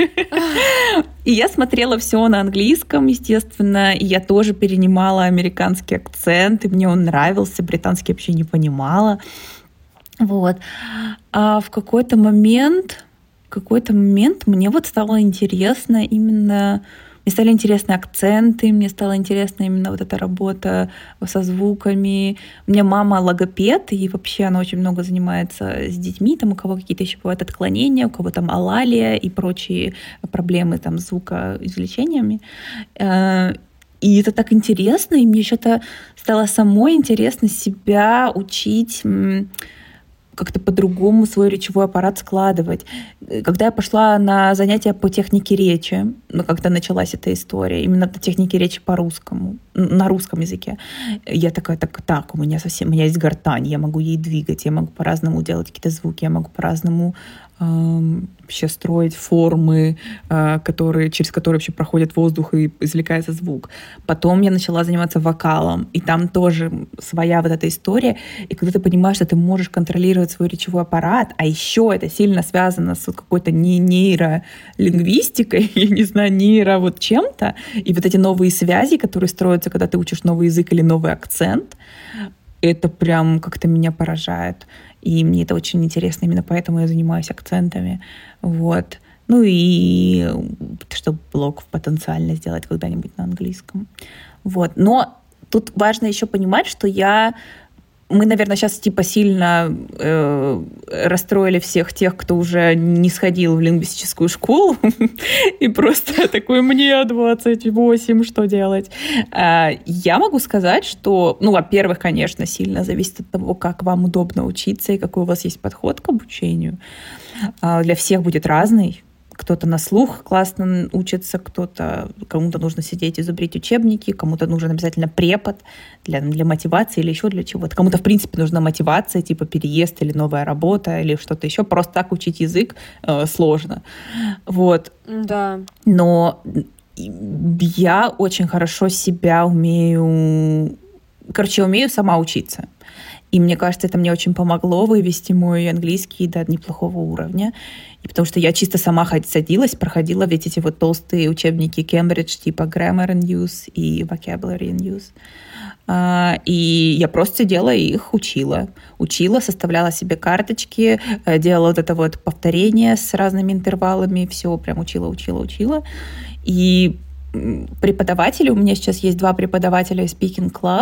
И я смотрела все на английском, естественно. И я тоже перенимала американский акцент. И мне он нравился. Британский вообще не понимала. Вот. А в какой-то момент, в какой-то момент мне вот стало интересно именно... Мне стали интересны акценты, мне стала интересна именно вот эта работа со звуками. У меня мама логопед, и вообще она очень много занимается с детьми, там у кого какие-то еще бывают отклонения, у кого там алалия и прочие проблемы там с звукоизвлечениями. Э, И это так интересно, и мне что-то стало самой интересно себя учить м, как-то по-другому свой речевой аппарат складывать. Э, Когда я пошла на занятия по технике речи, ну, когда началась эта история, именно по технике речи по-русскому, н- на русском языке, я такая, так, так, у меня совсем, у меня есть гортань, я могу ей двигать, я могу по-разному делать какие-то звуки, я могу по-разному эм, вообще строить формы, э, которые, через которые вообще проходит воздух и извлекается звук. Потом я начала заниматься вокалом, и там тоже своя вот эта история. И когда ты понимаешь, что ты можешь контролировать свой речевой аппарат, а еще это сильно связано с вот какой-то не нейролингвистикой, я не знаю, нейро вот чем-то, и вот эти новые связи, которые строятся, когда ты учишь новый язык или новый акцент, это прям как-то меня поражает. И мне это очень интересно, именно поэтому я занимаюсь акцентами. Вот. Ну и чтобы блог потенциально сделать когда-нибудь на английском. Вот. Но тут важно еще понимать, что я... Мы, наверное, сейчас типа сильно э, расстроили всех тех, кто уже не сходил в лингвистическую школу, и просто такой, мне двадцать восемь, что делать? Я могу сказать, что, ну, во-первых, конечно, сильно зависит от того, как вам удобно учиться и какой у вас есть подход к обучению. Для всех будет разный. Кто-то на слух классно учится, кто-то, кому-то нужно сидеть и зубрить учебники, кому-то нужен обязательно препод для, для мотивации или еще для чего-то. Кому-то, в принципе, нужна мотивация, типа переезд или новая работа или что-то еще. Просто так учить язык э, сложно. Вот. Да. Но я очень хорошо себя умею... Короче, умею сама учиться. И мне кажется, это мне очень помогло вывести мой английский до неплохого уровня. И потому что я чисто сама садилась, проходила ведь эти вот толстые учебники Cambridge типа Grammar and Use и Vocabulary and Use. И я просто сидела и их учила. Учила, составляла себе карточки, делала вот это вот повторение с разными интервалами. Все прям учила, учила, учила. И преподаватели, у меня сейчас есть два преподавателя из Speaking Club,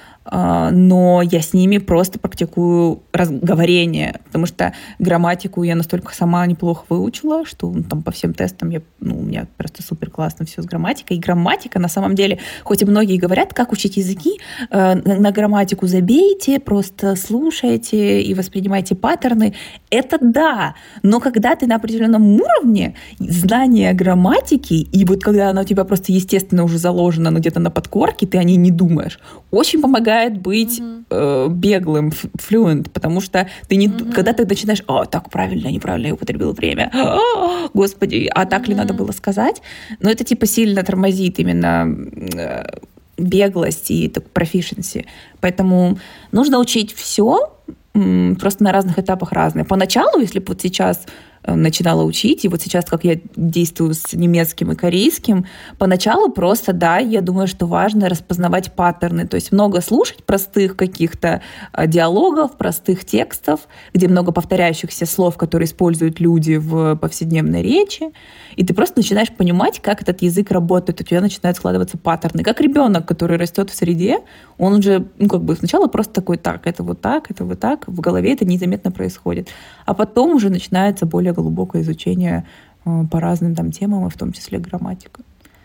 но я с ними просто практикую разговорение, потому что грамматику я настолько сама неплохо выучила, что ну, там по всем тестам я, ну, у меня просто супер классно все с грамматикой. И грамматика, на самом деле, хоть и многие говорят, как учить языки, э, на, на грамматику забейте, просто слушайте и воспринимайте паттерны. Это да, но когда ты на определенном уровне, знание грамматики, и вот когда она у тебя просто естественно уже заложена, но где-то на подкорке, ты о ней не думаешь, очень помогает быть mm-hmm. э, беглым, флюент, потому что ты не, mm-hmm. когда ты начинаешь, о, так правильно, неправильно я употребила время, о, господи, а так mm-hmm. ли надо было сказать? Но это типа сильно тормозит именно э, беглость и так, proficiency. Поэтому нужно учить все, м, просто на разных этапах разное. Поначалу, если бы вот сейчас начинала учить, и вот сейчас, как я действую с немецким и корейским, поначалу просто, да, я думаю, что важно распознавать паттерны, то есть много слушать простых каких-то диалогов, простых текстов, где много повторяющихся слов, которые используют люди в повседневной речи, и ты просто начинаешь понимать, как этот язык работает, у тебя начинают складываться паттерны. Как ребенок, который растет в среде, он уже, ну, как бы сначала просто такой, так, это вот так, это вот так, в голове это незаметно происходит. А потом уже начинается более глубокое изучение э, по разным там темам, и в том числе грамматика.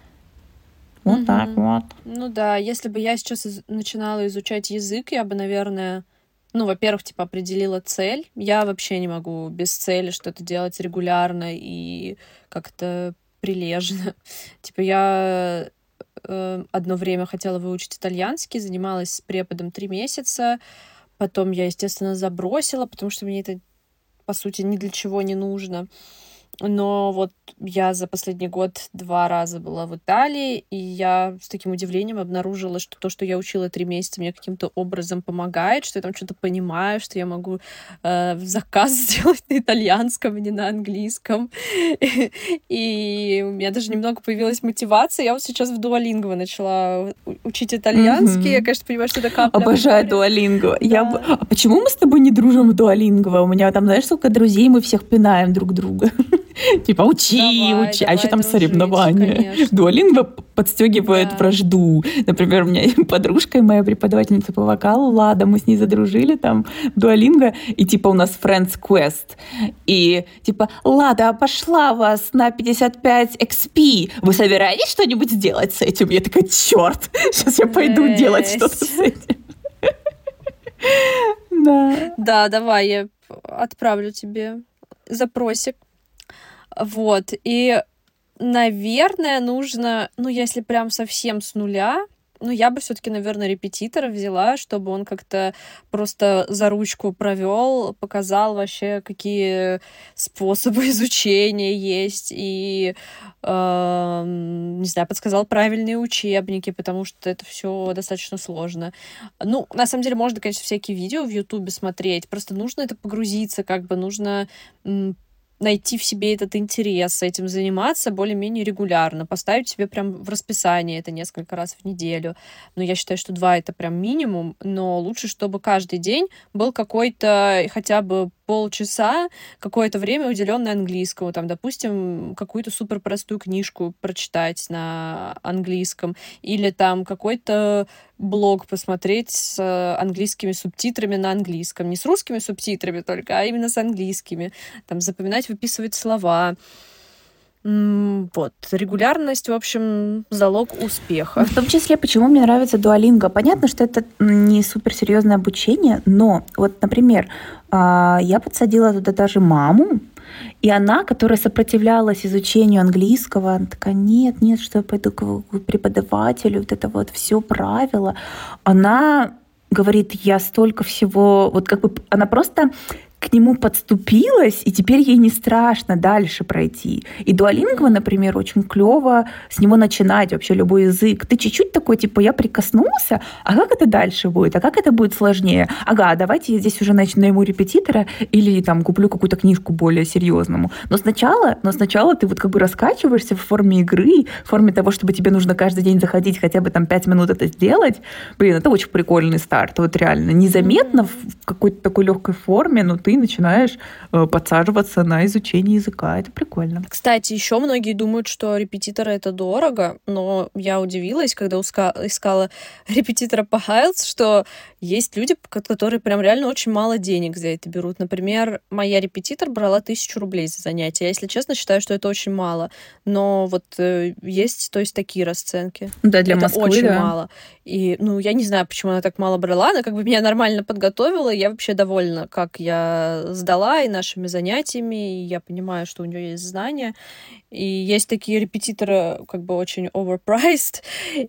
Вот mm-hmm. так вот. Ну да, если бы я сейчас из- начинала изучать язык, я бы, наверное, ну, во-первых, типа определила цель. Я вообще не могу без цели что-то делать регулярно и как-то прилежно. Типа я э, одно время хотела выучить итальянский, занималась с преподом три месяца, потом я, естественно, забросила, потому что мне это по сути, ни для чего не нужно. Но вот я за последний год два раза была в Италии, и я с таким удивлением обнаружила, что то, что я учила три месяца, мне каким-то образом помогает, что я там что-то понимаю, что я могу э, заказ сделать на итальянском, а не на английском. И у меня даже немного появилась мотивация. Я вот сейчас в Duolingo начала учить итальянский. Я, конечно, понимаю, что это капля. Обожаю Duolingo. Я... А почему мы с тобой не дружим в Duolingo? У меня там, знаешь, сколько друзей, мы всех пинаем друг друга. Типа учи, давай, учи, давай, а еще там дружить, соревнования. Duolingo подстегивает да. вражду. Например, у меня подружка, моя преподавательница по вокалу, Лада, мы с ней задружили там в Duolingo, и типа у нас Friends Quest. И типа, Лада, пошла вас на пятьдесят пять икс пи. Вы собираетесь что-нибудь сделать с этим? Я такая, черт, сейчас я пойду Жесть. делать что-то с этим. Да. Да, давай, я отправлю тебе запросик. Вот, и, наверное, нужно, ну, если прям совсем с нуля, ну, я бы все-таки, наверное, репетитора взяла, чтобы он как-то просто за ручку провел, показал вообще, какие способы изучения есть, и, э, не знаю, подсказал правильные учебники, потому что это все достаточно сложно. Ну, на самом деле, можно, конечно, всякие видео в Ютубе смотреть, просто нужно это погрузиться, как бы нужно... найти в себе этот интерес, этим заниматься более-менее регулярно, поставить себе прям в расписание это несколько раз в неделю. Но я считаю, что два — это прям минимум, но лучше, чтобы каждый день был какой-то хотя бы полчаса, какое-то время, уделенное английскому. Там, допустим, какую-то суперпростую книжку прочитать на английском или там какой-то блог посмотреть с английскими субтитрами на английском. Не с русскими субтитрами только, а именно с английскими. Там запоминать, выписывать слова. Вот. Регулярность, в общем, залог успеха. В том числе, почему мне нравится Duolingo. Понятно, что это не суперсерьезное обучение, но вот, например, я подсадила туда даже маму, и она, которая сопротивлялась изучению английского, она такая, нет, нет, что я пойду к преподавателю, вот это вот все правила. Она говорит, я столько всего, вот как бы она просто к нему подступилась, и теперь ей не страшно дальше пройти. И Duolingo, например, очень клево с него начинать вообще любой язык. Ты чуть-чуть такой, типа, я прикоснулся, а как это дальше будет? А как это будет сложнее? Ага, давайте я здесь уже найму репетитора или там куплю какую-то книжку более серьезному. Но сначала, но сначала ты вот как бы раскачиваешься в форме игры, в форме того, чтобы тебе нужно каждый день заходить хотя бы там пять минут это сделать. Блин, это очень прикольный старт. Вот реально незаметно в какой-то такой легкой форме, но ты начинаешь э, подсаживаться на изучение языка. Это прикольно. Кстати, еще многие думают, что репетиторы — это дорого, но я удивилась, когда уска- искала репетитора по айлтс, что есть люди, которые прям реально очень мало денег за это берут. Например, моя репетитор брала тысячу рублей за занятие. Я, если честно, считаю, что это очень мало. Но вот э, есть, то есть, такие расценки. Да, для это Москвы, очень да. мало. И, ну, я не знаю, почему она так мало брала. Она как бы меня нормально подготовила. Я вообще довольна, как я сдала и нашими занятиями. И я понимаю, что у нее есть знания. И есть такие репетиторы, как бы очень overpriced.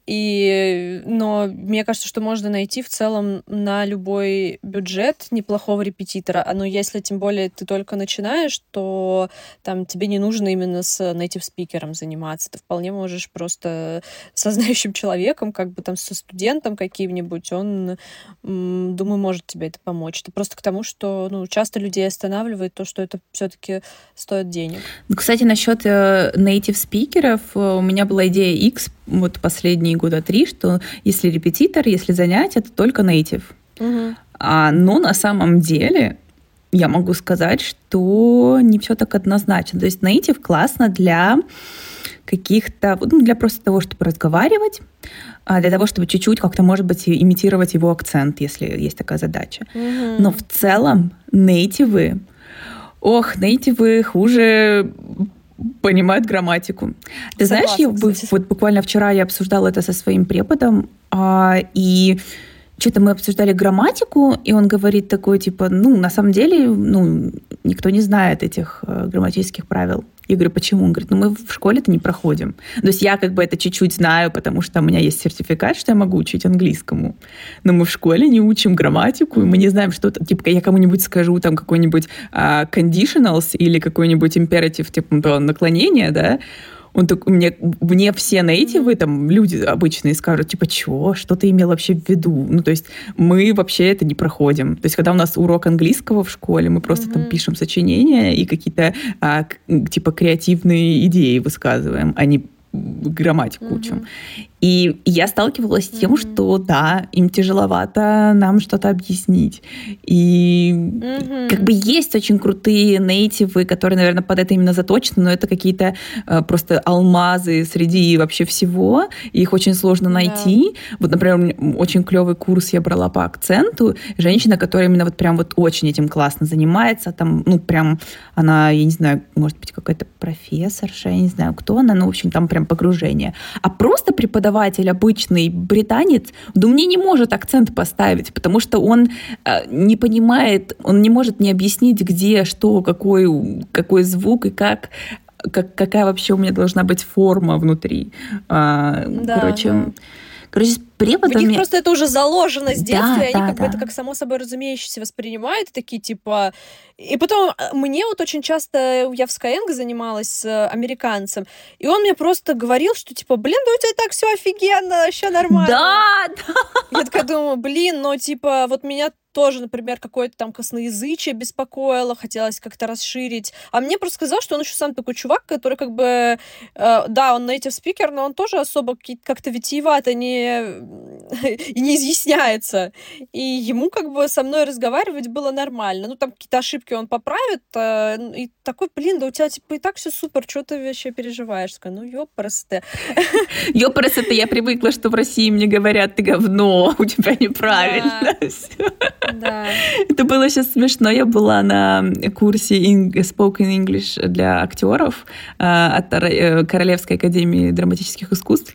И, но мне кажется, что можно найти в целом на любой бюджет неплохого репетитора. Но если тем более ты только начинаешь, то там тебе не нужно именно с native спикером заниматься. Ты вполне можешь просто со знающим человеком, как бы там со студентом каким-нибудь, он, думаю, может тебе это помочь. Это просто к тому, что ну, часто людей останавливает то, что это все-таки стоит денег. Кстати, насчет native спикеров у меня была идея X вот последние года три, что если репетитор, если занятие, это только native. Угу. А, но на самом деле я могу сказать, что не все так однозначно. То есть native классно для каких-то, ну, для просто того, чтобы разговаривать, для того, чтобы чуть-чуть как-то, может быть, имитировать его акцент, если есть такая задача. Mm-hmm. Но в целом нейтивы, ох, нейтивы хуже понимают грамматику. Ты Согласна, знаешь, я, вот буквально вчера я обсуждала это со своим преподом, а, и что-то мы обсуждали грамматику, и он говорит такой, типа, ну, на самом деле, ну, никто не знает этих э, грамматических правил. Я говорю, почему? Он говорит, ну, мы в школе это не проходим. То есть я как бы это чуть-чуть знаю, потому что у меня есть сертификат, что я могу учить английскому. Но мы в школе не учим грамматику, и мы не знаем, что... Типа, я кому-нибудь скажу там какой-нибудь uh, conditionals или какой-нибудь imperative, типа, наклонение, да, он так, мне, мне все нейтивы, там, люди обычные скажут, типа, чё, что ты имел вообще в виду? Ну, то есть мы вообще это не проходим. То есть когда у нас урок английского в школе, мы просто mm-hmm. там пишем сочинения и какие-то, а, типа, креативные идеи высказываем, а не грамматику mm-hmm. учим. И я сталкивалась с тем, mm-hmm. что, да, им тяжеловато нам что-то объяснить. И mm-hmm. как бы есть очень крутые нейтивы, которые, наверное, под это именно заточены, но это какие-то э, просто алмазы среди вообще всего. И их очень сложно найти. Yeah. Вот, например, очень клевый курс я брала по акценту. Женщина, которая именно вот прям вот очень этим классно занимается. Там, ну, прям она, я не знаю, может быть, какая-то профессорша, я не знаю, кто она, но, в общем, там прям погружение. А просто преподаватель обычный британец, да мне не может акцент поставить, потому что он э, не понимает, он не может мне объяснить, где, что, какой, какой звук и как, как, какая вообще у меня должна быть форма внутри. А, да, короче, да. короче, с преподами... У них просто это уже заложено с детства, да, и они да, как да. бы это как само собой разумеющееся воспринимают, и такие типа... И потом мне вот очень часто, я в Skyeng занималась с американцем, и он мне просто говорил, что типа, блин, да у тебя так все офигенно, вообще нормально. Да, да. Я такая думаю, блин, но типа вот меня тоже, например, какое-то там косноязычие беспокоило, хотелось как-то расширить. А мне просто сказал, что он еще сам такой чувак, который как бы, э, да, он native speaker, но он тоже особо как-то витиевато не, не изъясняется. И ему как бы со мной разговаривать было нормально. Ну, там какие-то ошибки он поправит, э, и такой, блин, да у тебя типа и так все супер, что ты вообще переживаешь? Такая, ну, ёпрст. Ёпрст, это я привыкла, что в России мне говорят, ты говно, у тебя неправильно все. Да. Это было сейчас смешно. Я была на курсе Spoken English для актеров от Королевской академии драматических искусств.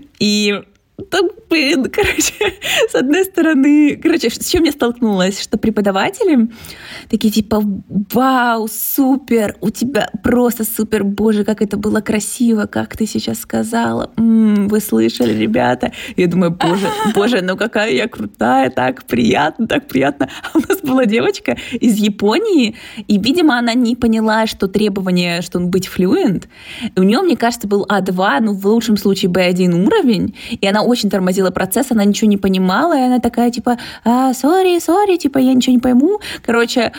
И там, блин, короче, с одной стороны, короче, с чем я столкнулась, что преподаватели такие типа, вау, супер, у тебя просто супер, боже, как это было красиво, как ты сейчас сказала, м-м, вы слышали, ребята? Я думаю, боже, боже, ну какая я крутая, так приятно, так приятно. А у нас была девочка из Японии, и, видимо, она не поняла, что требование, что он быть fluent, у нее, мне кажется, был а два, ну, в лучшем случае би один уровень, и она очень тормозила процесс, она ничего не понимала, и она такая, типа, а, сори, сори, типа, я ничего не пойму. Короче,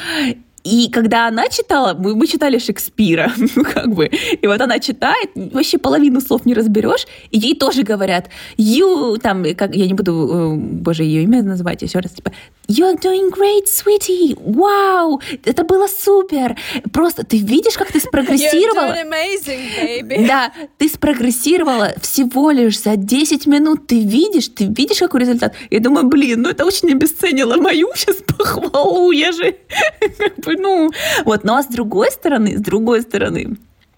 и когда она читала, мы, мы читали Шекспира, ну как бы, и вот она читает, вообще половину слов не разберешь, и ей тоже говорят, you, там, как, я не буду, боже, ее имя называть, еще раз, типа, you're doing great, sweetie, вау, это было супер, просто ты видишь, как ты спрогрессировала. You're doing amazing, baby. Да, ты спрогрессировала всего лишь за десять минут, ты видишь, ты видишь, какой результат. Я думаю, блин, ну это очень обесценило мою сейчас похвалу, я же как бы, ну, вот, ну а с другой стороны, с другой стороны,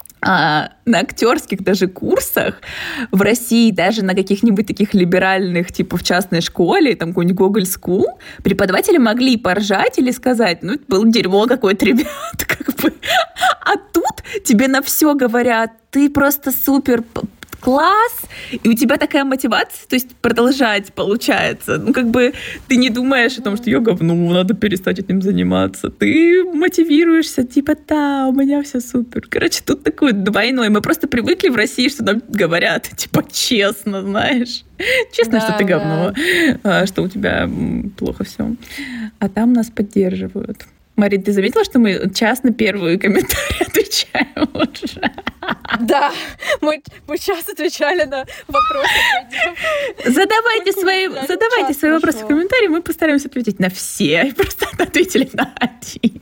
а, на актерских даже курсах в России, даже на каких-нибудь таких либеральных, типа в частной школе, там какой-нибудь Google School, преподаватели могли поржать или сказать, ну, это было дерьмо какое-то, ребят, как бы. А тут тебе на все говорят, ты просто супер класс, и у тебя такая мотивация, то есть продолжать получается. Ну, как бы ты не думаешь о том, что я говно, надо перестать этим заниматься. Ты мотивируешься, типа, да, у меня все супер. Короче, тут такой двойной. Мы просто привыкли в России, что нам говорят, типа, честно, знаешь. Честно, да, что ты говно, да. Что у тебя плохо все. А там нас поддерживают. Марин, ты заметила, что мы час на первые комментарии отвечаем уже? Да, мы, мы час отвечали на вопросы. Задавайте свои, задавайте свои вопросы в комментарии, мы постараемся ответить на все. И просто ответили на один.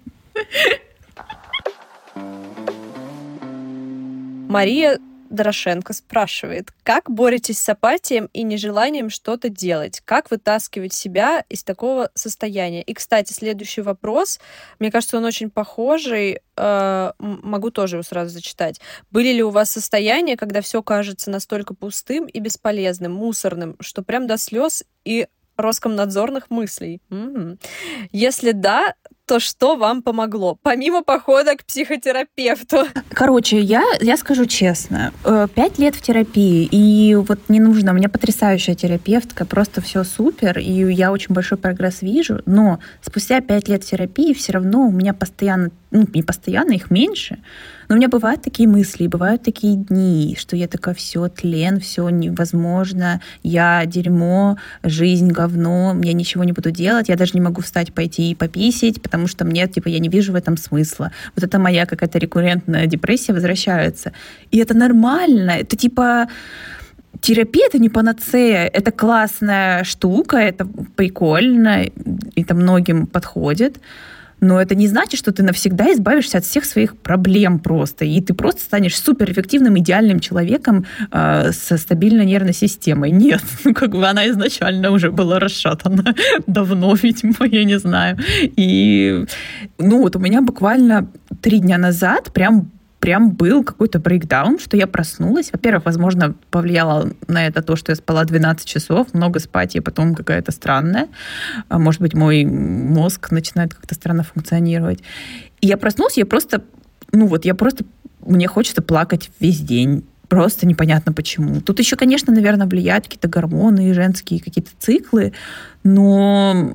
Мария Дорошенко спрашивает, как боретесь с апатией и нежеланием что-то делать? Как вытаскивать себя из такого состояния? И, кстати, следующий вопрос, мне кажется, он очень похожий, э, могу тоже его сразу зачитать. Были ли у вас состояния, когда все кажется настолько пустым и бесполезным, мусорным, что прям до слез и роскомнадзорных мыслей? М-м. Если да, то что вам помогло, помимо похода к психотерапевту? Короче, я, я скажу честно, пять лет в терапии, и вот не нужно, у меня потрясающая терапевтка, просто все супер, и я очень большой прогресс вижу, но спустя пять лет терапии все равно у меня постоянно, ну, не постоянно, их меньше, но у меня бывают такие мысли, бывают такие дни, что я такая, все, тлен, все невозможно, я дерьмо, жизнь говно, я ничего не буду делать, я даже не могу встать, пойти и пописить, потому что мне, типа, я не вижу в этом смысла. Вот это моя какая-то рекуррентная депрессия возвращается. И это нормально, это типа... Терапия — это не панацея, это классная штука, это прикольно, это многим подходит. Но это не значит, что ты навсегда избавишься от всех своих проблем просто. И ты просто станешь суперэффективным, идеальным человеком э, со стабильной нервной системой. Нет, ну как бы она изначально уже была расшатана давно, видимо, я не знаю. И ну вот у меня буквально три дня назад прям прям был какой-то брейкдаун, что я проснулась. Во-первых, возможно, повлияло на это то, что я спала двенадцать часов, много спать, и потом какая-то странная. Может быть, мой мозг начинает как-то странно функционировать. И я проснулась, я просто, ну вот, я просто, мне хочется плакать весь день. Просто непонятно почему. Тут еще, конечно, наверное, влияют какие-то гормоны, женские какие-то циклы, но...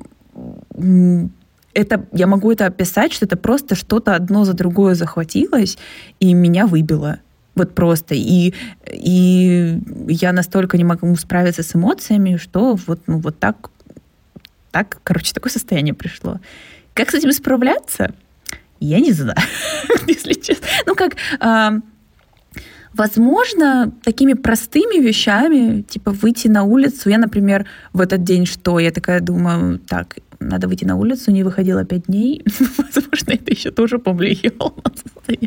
Это, я могу это описать, что это просто что-то одно за другое захватилось и меня выбило. Вот просто. И, и я настолько не могу справиться с эмоциями, что вот, ну, вот так Так, короче, такое состояние пришло. Как с этим справляться? Я не знаю, если честно. Ну, как... Э, возможно, такими простыми вещами, типа выйти на улицу. Я, например, в этот день что? Я такая думаю, так, надо выйти на улицу, не выходила пять дней. Возможно, это еще тоже повлияло на состояние.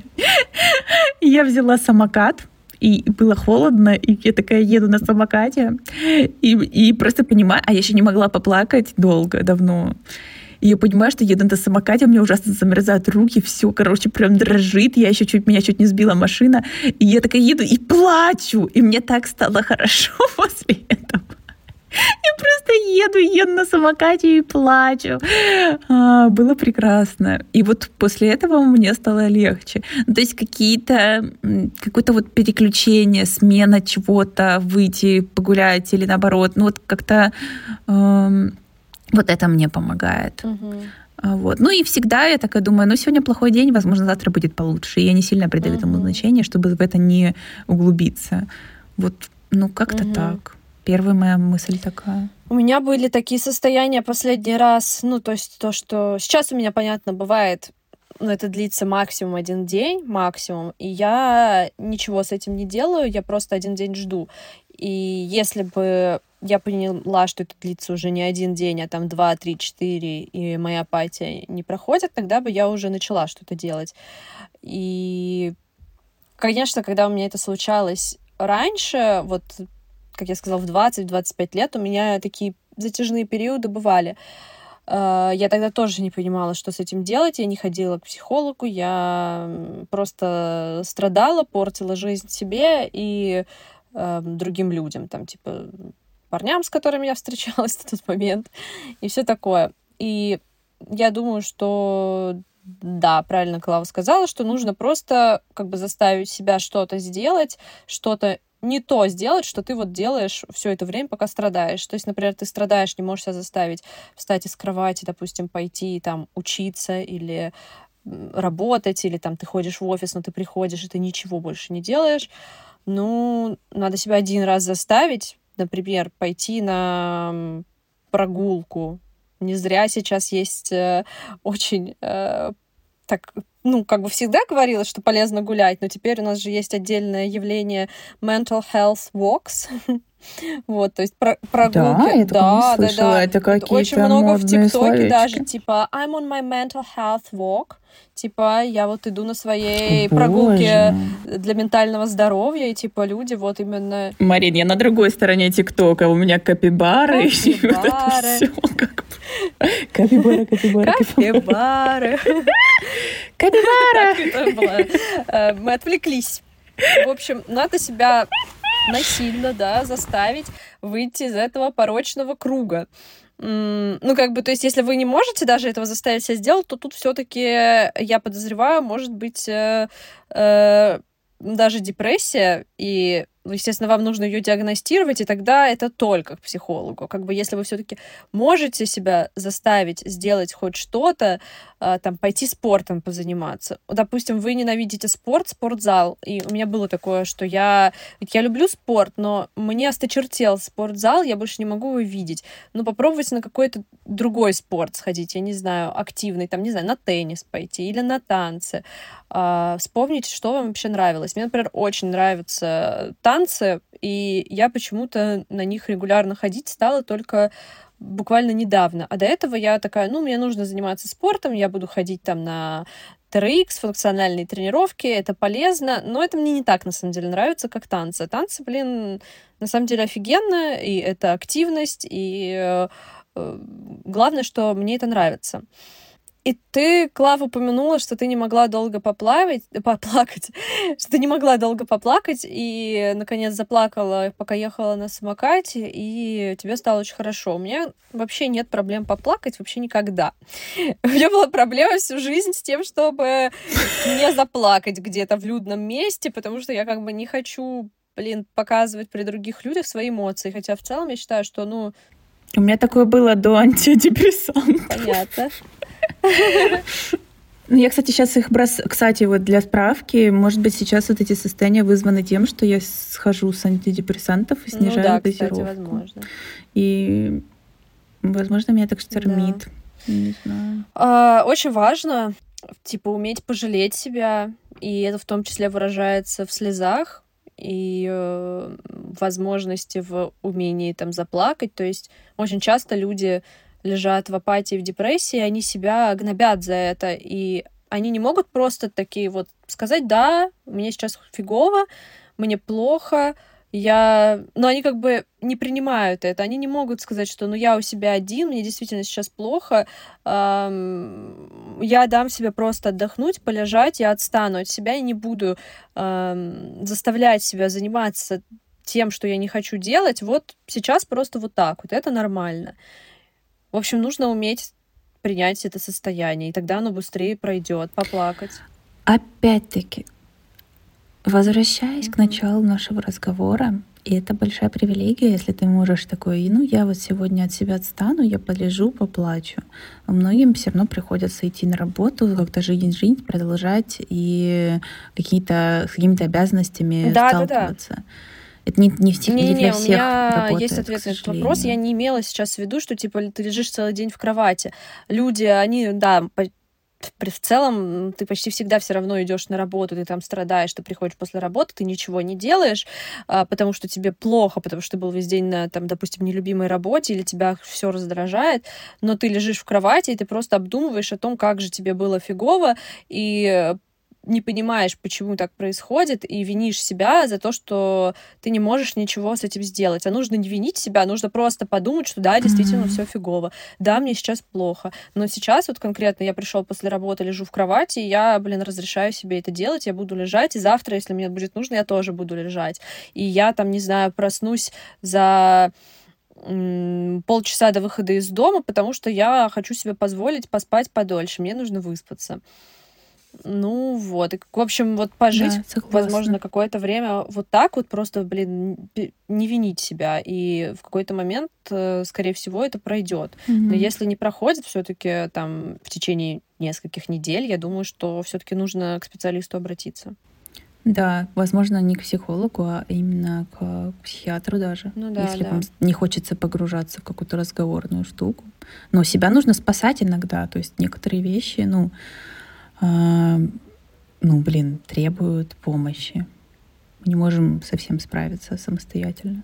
Я взяла самокат, и было холодно, и я такая еду на самокате, и, и просто понимаю, а я еще не могла поплакать долго, давно. И я понимаю, что еду на самокате, у меня ужасно замерзают руки, все, короче, прям дрожит, я еще чуть, меня чуть не сбила машина, и я такая еду и плачу, и мне так стало хорошо после этого. Я просто еду, еду на самокате и плачу. А, было прекрасно. И вот после этого мне стало легче. Ну, то есть какие-то, какое-то вот переключение, смена чего-то, выйти погулять или наоборот. Ну вот как-то эм, вот это мне помогает. Угу. Вот. Ну и всегда я такая думаю, ну сегодня плохой день, возможно, завтра будет получше. И я не сильно придаю этому угу. значения, чтобы в это не углубиться. Вот, ну как-то угу. так. Первая моя мысль такая. У меня были такие состояния последний раз, ну, то есть то, что... Сейчас у меня, понятно, бывает, ну, это длится максимум один день, максимум, и я ничего с этим не делаю, я просто один день жду. И если бы я поняла, что это длится уже не один день, а там два, три, четыре, и моя апатия не проходит, тогда бы я уже начала что-то делать. И, конечно, когда у меня это случалось раньше, вот... как я сказала, в двадцать-двадцать пять лет у меня такие затяжные периоды бывали. Я тогда тоже не понимала, что с этим делать. Я не ходила к психологу, я просто страдала, портила жизнь себе и э, другим людям, там, типа, парням, с которыми я встречалась на тот момент, и все такое. И я думаю, что да, правильно Клава сказала, что нужно просто как бы заставить себя что-то сделать, что-то не то сделать, что ты вот делаешь все это время, пока страдаешь. То есть, например, ты страдаешь, не можешь себя заставить встать из кровати, допустим, пойти там учиться или работать, или там ты ходишь в офис, но ты приходишь, и ты ничего больше не делаешь. Ну, надо себя один раз заставить, например, пойти на прогулку. Не зря сейчас есть э, очень... Э, так, ну, как бы всегда говорилось, что полезно гулять, но теперь у нас же есть отдельное явление mental health walks. Вот, то есть про- прогулки. Да, я да, да, да, это какие-то очень много в ТикТоке словечки. даже, типа I'm on my mental health walk. Типа, я вот иду на своей Боже. прогулке для ментального здоровья, и типа люди вот именно... Марин, я на другой стороне ТикТока, у меня капибары. Капибары. Капибары, капибары, капибары. Капибара! Мы отвлеклись. В общем, надо себя насильно, да, заставить выйти из этого порочного круга. Ну, как бы, то есть, если вы не можете даже этого заставить себя сделать, то тут все-таки, я подозреваю, может быть э, э, даже депрессия, и, естественно, вам нужно ее диагностировать, и тогда это только к психологу. Как бы, если вы все-таки можете себя заставить сделать хоть что-то, э, там, пойти спортом позаниматься. Допустим, вы ненавидите спорт, спортзал, и у меня было такое, что я... Ведь я люблю спорт, но мне осточертел спортзал, я больше не могу его видеть. Ну, попробуйте на какой-то другой спорт сходить, я не знаю, активный, там, не знаю, на теннис пойти или на танцы. А, вспомните, что вам вообще нравилось. Мне, например, очень нравятся танцы, и я почему-то на них регулярно ходить стала только буквально недавно. А до этого я такая, ну, мне нужно заниматься спортом, я буду ходить там на тэ эр икс, функциональные тренировки, это полезно, но это мне не так, на самом деле, нравится, как танцы. Танцы, блин, на самом деле офигенно, и это активность, и э, э, главное, что мне это нравится. И ты, Клава, упомянула, что ты не могла долго поплавать, поплакать, что ты не могла долго поплакать, и, наконец, заплакала, пока ехала на самокате, и тебе стало очень хорошо. У меня вообще нет проблем поплакать, вообще никогда. У меня была проблема всю жизнь с тем, чтобы не заплакать где-то в людном месте, потому что я как бы не хочу, блин, показывать при других людях свои эмоции, хотя в целом я считаю, что, ну... У меня такое было до антидепрессантов. Понятно. Ну, я, кстати, сейчас их бросаю. Кстати, вот для справки, может быть, сейчас вот эти состояния вызваны тем, что я схожу с антидепрессантов и снижаю ну, да, дозировку. Кстати, возможно. И Возможно, меня так штормит. Да. Не знаю. А, очень важно, типа, уметь пожалеть себя, и это в том числе выражается в слезах и э, возможности в умении там заплакать. То есть очень часто люди лежат в апатии, в депрессии, они себя гнобят за это, и они не могут просто такие вот сказать: да, мне сейчас фигово, мне плохо, я... Но они как бы не принимают это. Они не могут сказать, что ну я у себя один, мне действительно сейчас плохо, эм, я дам себе просто отдохнуть, полежать, я отстану от себя и не буду эм, заставлять себя заниматься тем, что я не хочу делать. Вот сейчас просто вот так вот. Это нормально. В общем, нужно уметь принять это состояние, и тогда оно быстрее пройдет, поплакать. Опять-таки, возвращаясь mm-hmm. к началу нашего разговора, и это большая привилегия, если ты можешь такой, ну, я вот сегодня от себя отстану, я полежу, поплачу. А многим все равно приходится идти на работу, как-то жить, жить, продолжать и какие-то, с какими-то обязанностями да, сталкиваться. Да, да. Это не, не, не, не, не для не, всех у меня работает, есть ответ на этот вопрос. Я не имела сейчас в виду, что типа ты лежишь целый день в кровати. Люди, они, да, по, в целом ты почти всегда все равно идешь на работу, ты там страдаешь, ты приходишь после работы, ты ничего не делаешь, а, потому что тебе плохо, потому что ты был весь день на, там, допустим, нелюбимой работе, или тебя все раздражает, но ты лежишь в кровати, и ты просто обдумываешь о том, как же тебе было фигово, и не понимаешь, почему так происходит, и винишь себя за то, что ты не можешь ничего с этим сделать. А нужно не винить себя, нужно просто подумать, что да, действительно, mm-hmm. все фигово. Да, мне сейчас плохо. Но сейчас вот конкретно я пришел после работы, лежу в кровати, и я, блин, разрешаю себе это делать, я буду лежать, и завтра, если мне будет нужно, я тоже буду лежать. И я там, не знаю, проснусь за м- полчаса до выхода из дома, потому что я хочу себе позволить поспать подольше, мне нужно выспаться. Ну вот, и, в общем, вот пожить, да, возможно, какое-то время вот так вот просто, блин, не винить себя, и в какой-то момент, скорее всего, это пройдет. Mm-hmm. Но если не проходит все-таки там в течение нескольких недель, я думаю, что все-таки нужно к специалисту обратиться. Да, возможно, не к психологу, а именно к психиатру даже, ну, да, если да. вам не хочется погружаться в какую-то разговорную штуку. Но себя нужно спасать иногда, то есть некоторые вещи, ну, А, ну, блин, требуют помощи. Мы не можем совсем справиться самостоятельно.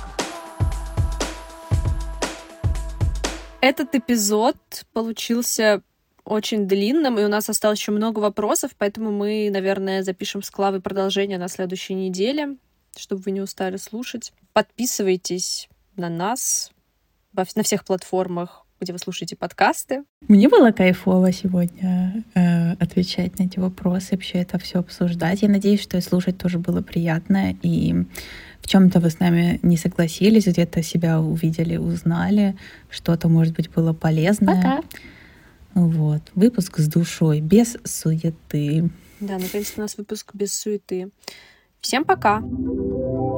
Этот эпизод получился очень длинным, и у нас осталось еще много вопросов, поэтому мы, наверное, запишем с Клавой продолжение на следующей неделе, чтобы вы не устали слушать. Подписывайтесь на нас на всех платформах, где вы слушаете подкасты. Мне было кайфово сегодня э, отвечать на эти вопросы, вообще это все обсуждать. Я надеюсь, что и слушать тоже было приятно, и в чем-то вы с нами не согласились, где-то себя увидели, узнали, что-то, может быть, было полезное. Пока. Вот. Выпуск с душой, без суеты. Да, наконец-то у нас выпуск без суеты. Всем пока!